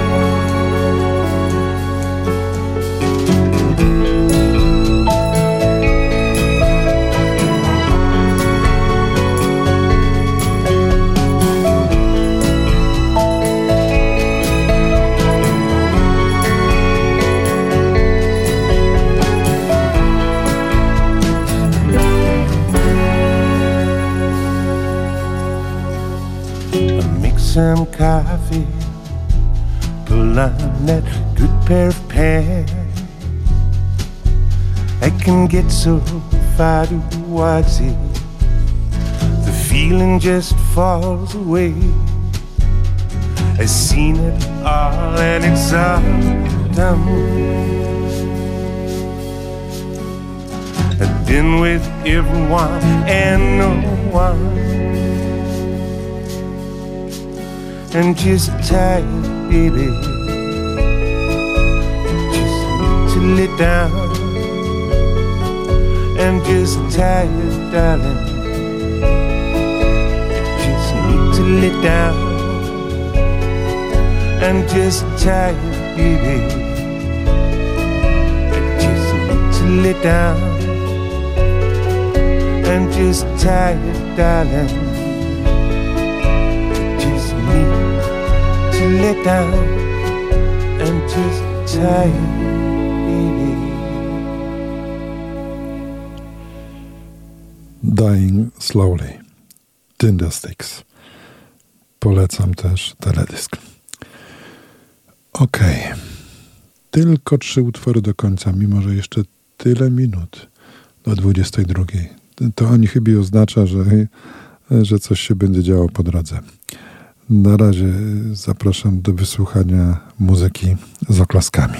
[SPEAKER 9] Some coffee, pull on that good pair of pants. I can get so far towards it, the feeling just falls away. I've seen it all and it's all done. I've been with everyone and no one. I'm just tired, baby, just need to lay down. I'm just tired, darling, just need to lay down. I'm just tired, baby, I just need to lay down. I'm just tired, darling, lay down. I'm just tired, baby.
[SPEAKER 3] Dying Slowly, Tindersticks. Polecam też teledysk. Okej. Tylko 3 utwory do końca, mimo że jeszcze tyle minut do 22. To o nich chyba oznacza, że coś się będzie działo po drodze. Na razie zapraszam do wysłuchania muzyki z oklaskami.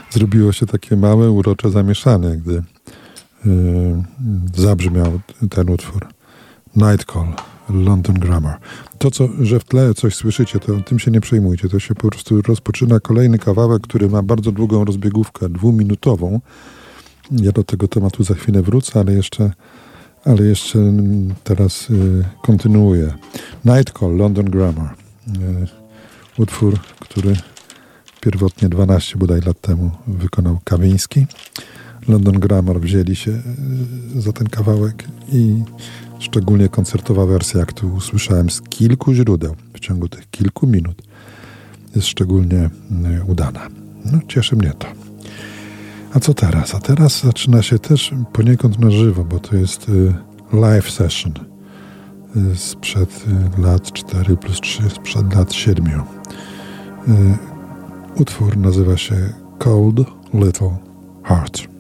[SPEAKER 3] zrobiło się takie małe, urocze zamieszanie, gdy zabrzmiał ten utwór. Night Call, London Grammar. To, że w tle coś słyszycie, to tym się nie przejmujcie. To się po prostu rozpoczyna kolejny kawałek, który ma bardzo długą rozbiegówkę, 2-minutową. Ja do tego tematu za chwilę wrócę, ale jeszcze teraz kontynuuję. Night Call, London Grammar. Utwór, który pierwotnie 12 bodaj lat temu wykonał Kawiński. London Grammar wzięli się za ten kawałek i szczególnie koncertowa wersja, jak tu usłyszałem z kilku źródeł w ciągu tych kilku minut, jest szczególnie udana. No, cieszy mnie to. A co teraz? A teraz zaczyna się też poniekąd na żywo, bo to jest live session sprzed lat 4 plus 3, sprzed lat 7. Utwór nazywa się Cold Little Heart.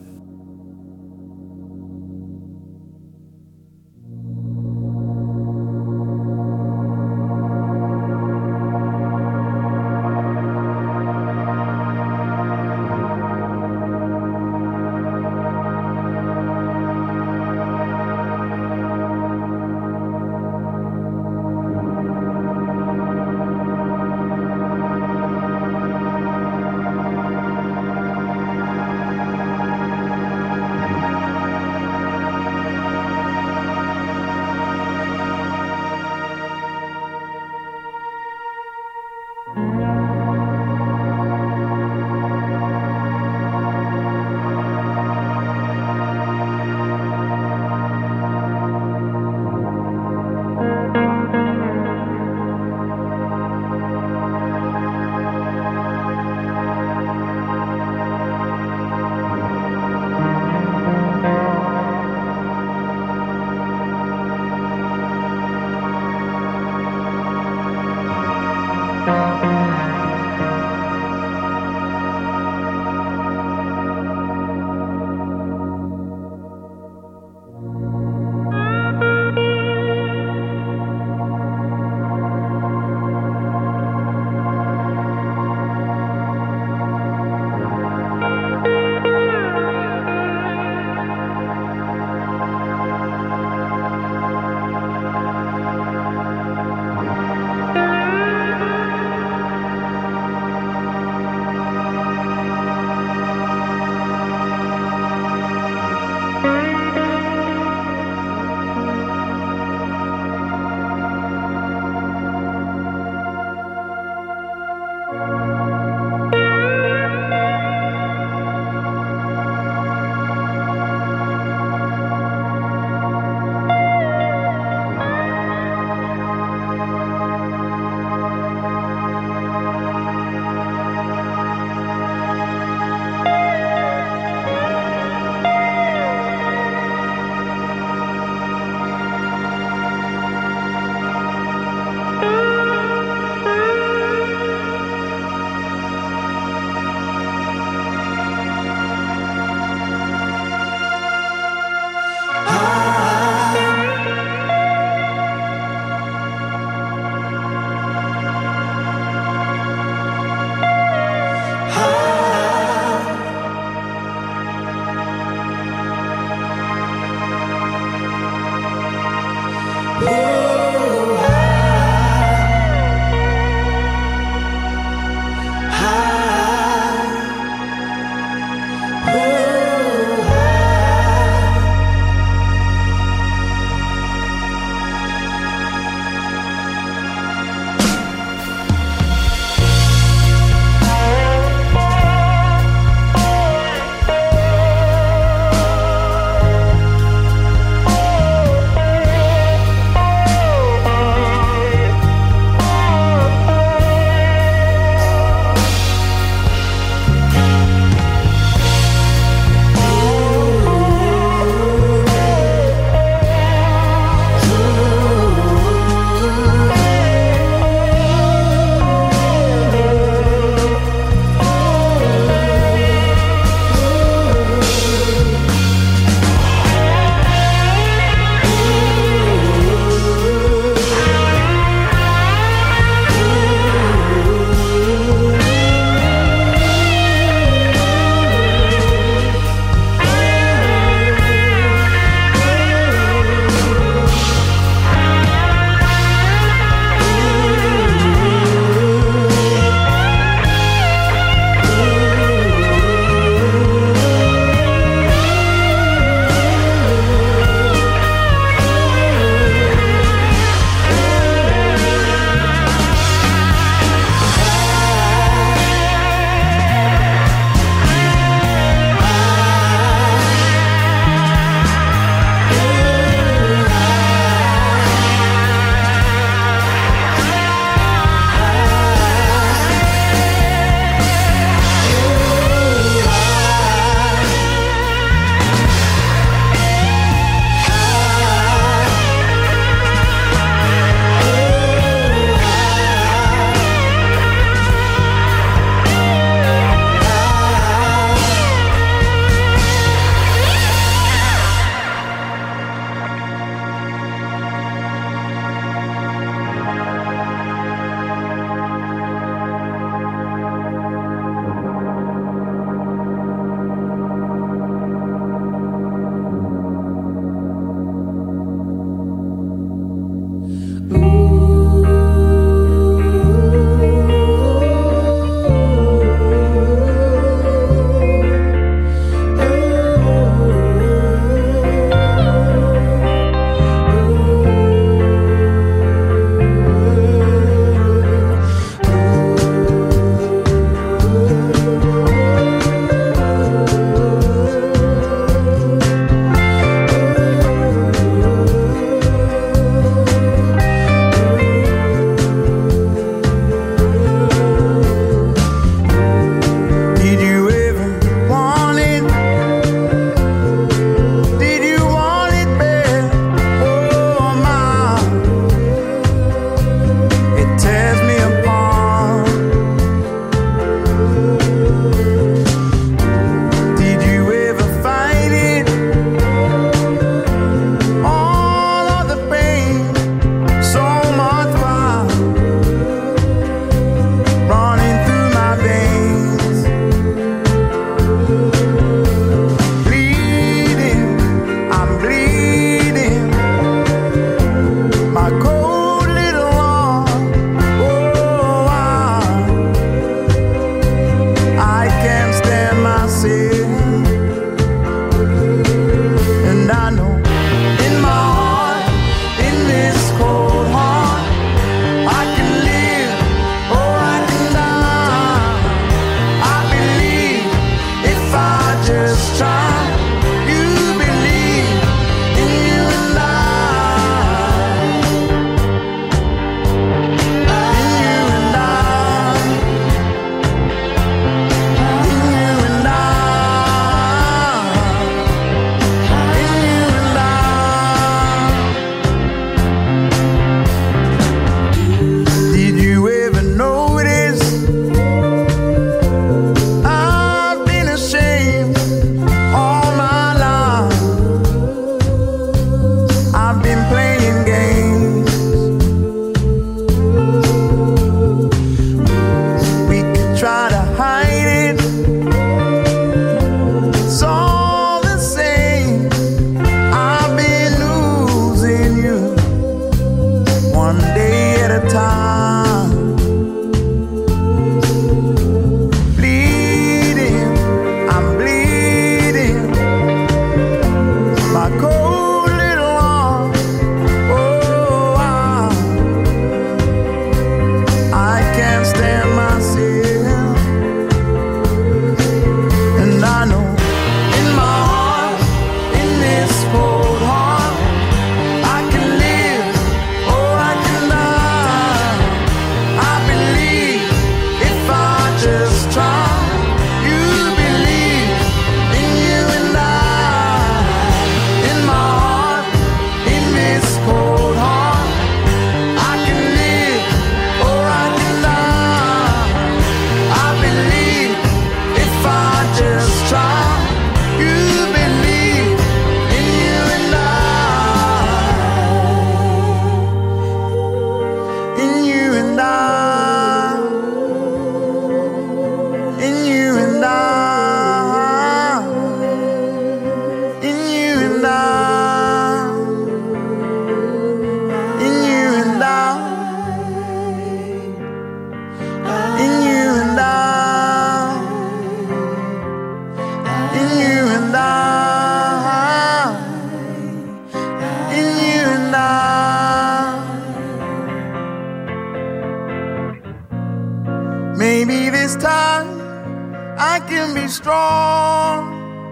[SPEAKER 8] strong.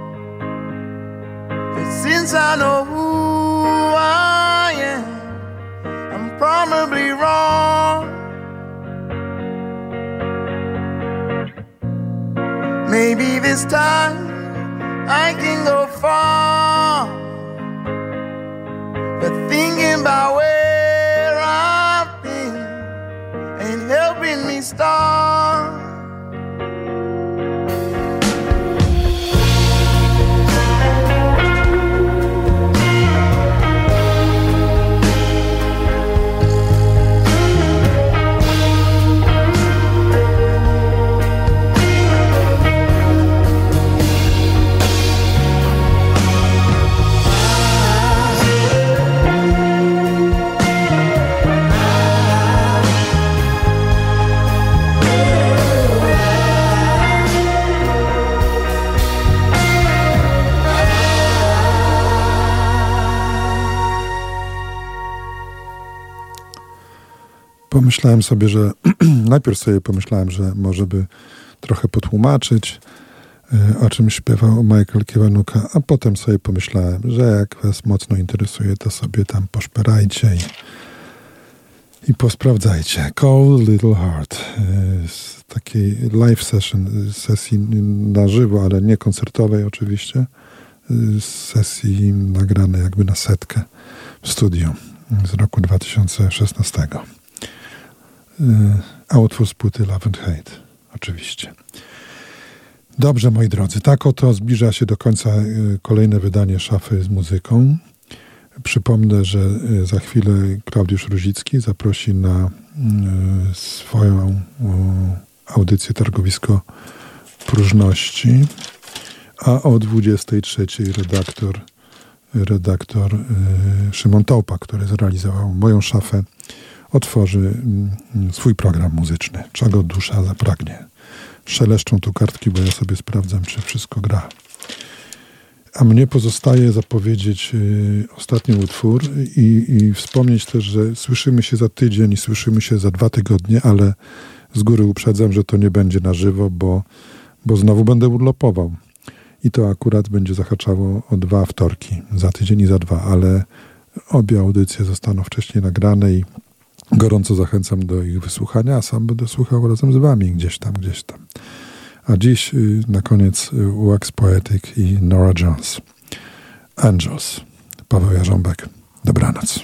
[SPEAKER 8] But since I know who I am, I'm probably wrong. Maybe this time I can go far, but thinking about where I've been ain't helping me start.
[SPEAKER 3] Pomyślałem sobie, że najpierw sobie pomyślałem, że może by trochę potłumaczyć, o czym śpiewał Michael Kiwanuka, a potem sobie pomyślałem, że jak was mocno interesuje, to sobie tam poszperajcie i posprawdzajcie. Cold Little Heart z takiej live sesji na żywo, ale nie koncertowej oczywiście, z sesji nagranej jakby na setkę w studiu z roku 2016. A utwór z płyty Love and Hate, oczywiście. Dobrze, moi drodzy, tak oto zbliża się do końca kolejne wydanie Szafy z muzyką. Przypomnę, że za chwilę Klaudiusz Ruzicki zaprosi na swoją audycję Targowisko Próżności, a o 23:00 redaktor Szymon Tołpa, który zrealizował moją szafę, otworzy swój program muzyczny, czego dusza zapragnie. Szeleszczą tu kartki, bo ja sobie sprawdzam, czy wszystko gra. A mnie pozostaje zapowiedzieć ostatni utwór i wspomnieć też, że słyszymy się za tydzień i słyszymy się za 2 tygodnie, ale z góry uprzedzam, że to nie będzie na żywo, bo znowu będę urlopował. I to akurat będzie zahaczało o 2 wtorki, za tydzień i za 2, ale obie audycje zostaną wcześniej nagrane i gorąco zachęcam do ich wysłuchania, a sam będę słuchał razem z wami gdzieś tam. A dziś na koniec Wax Poetic i Nora Jones. Angels. Paweł Jarząbek. Dobranoc.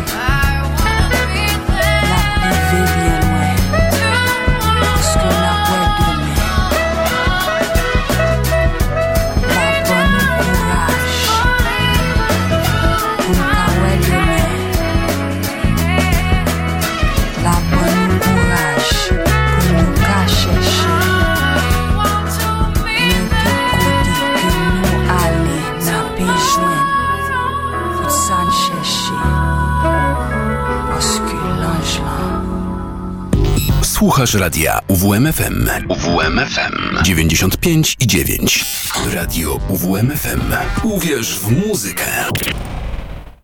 [SPEAKER 1] Słuchasz radia UWMFM. UWMFM 95,9. Radio UWMFM. Uwierz w muzykę.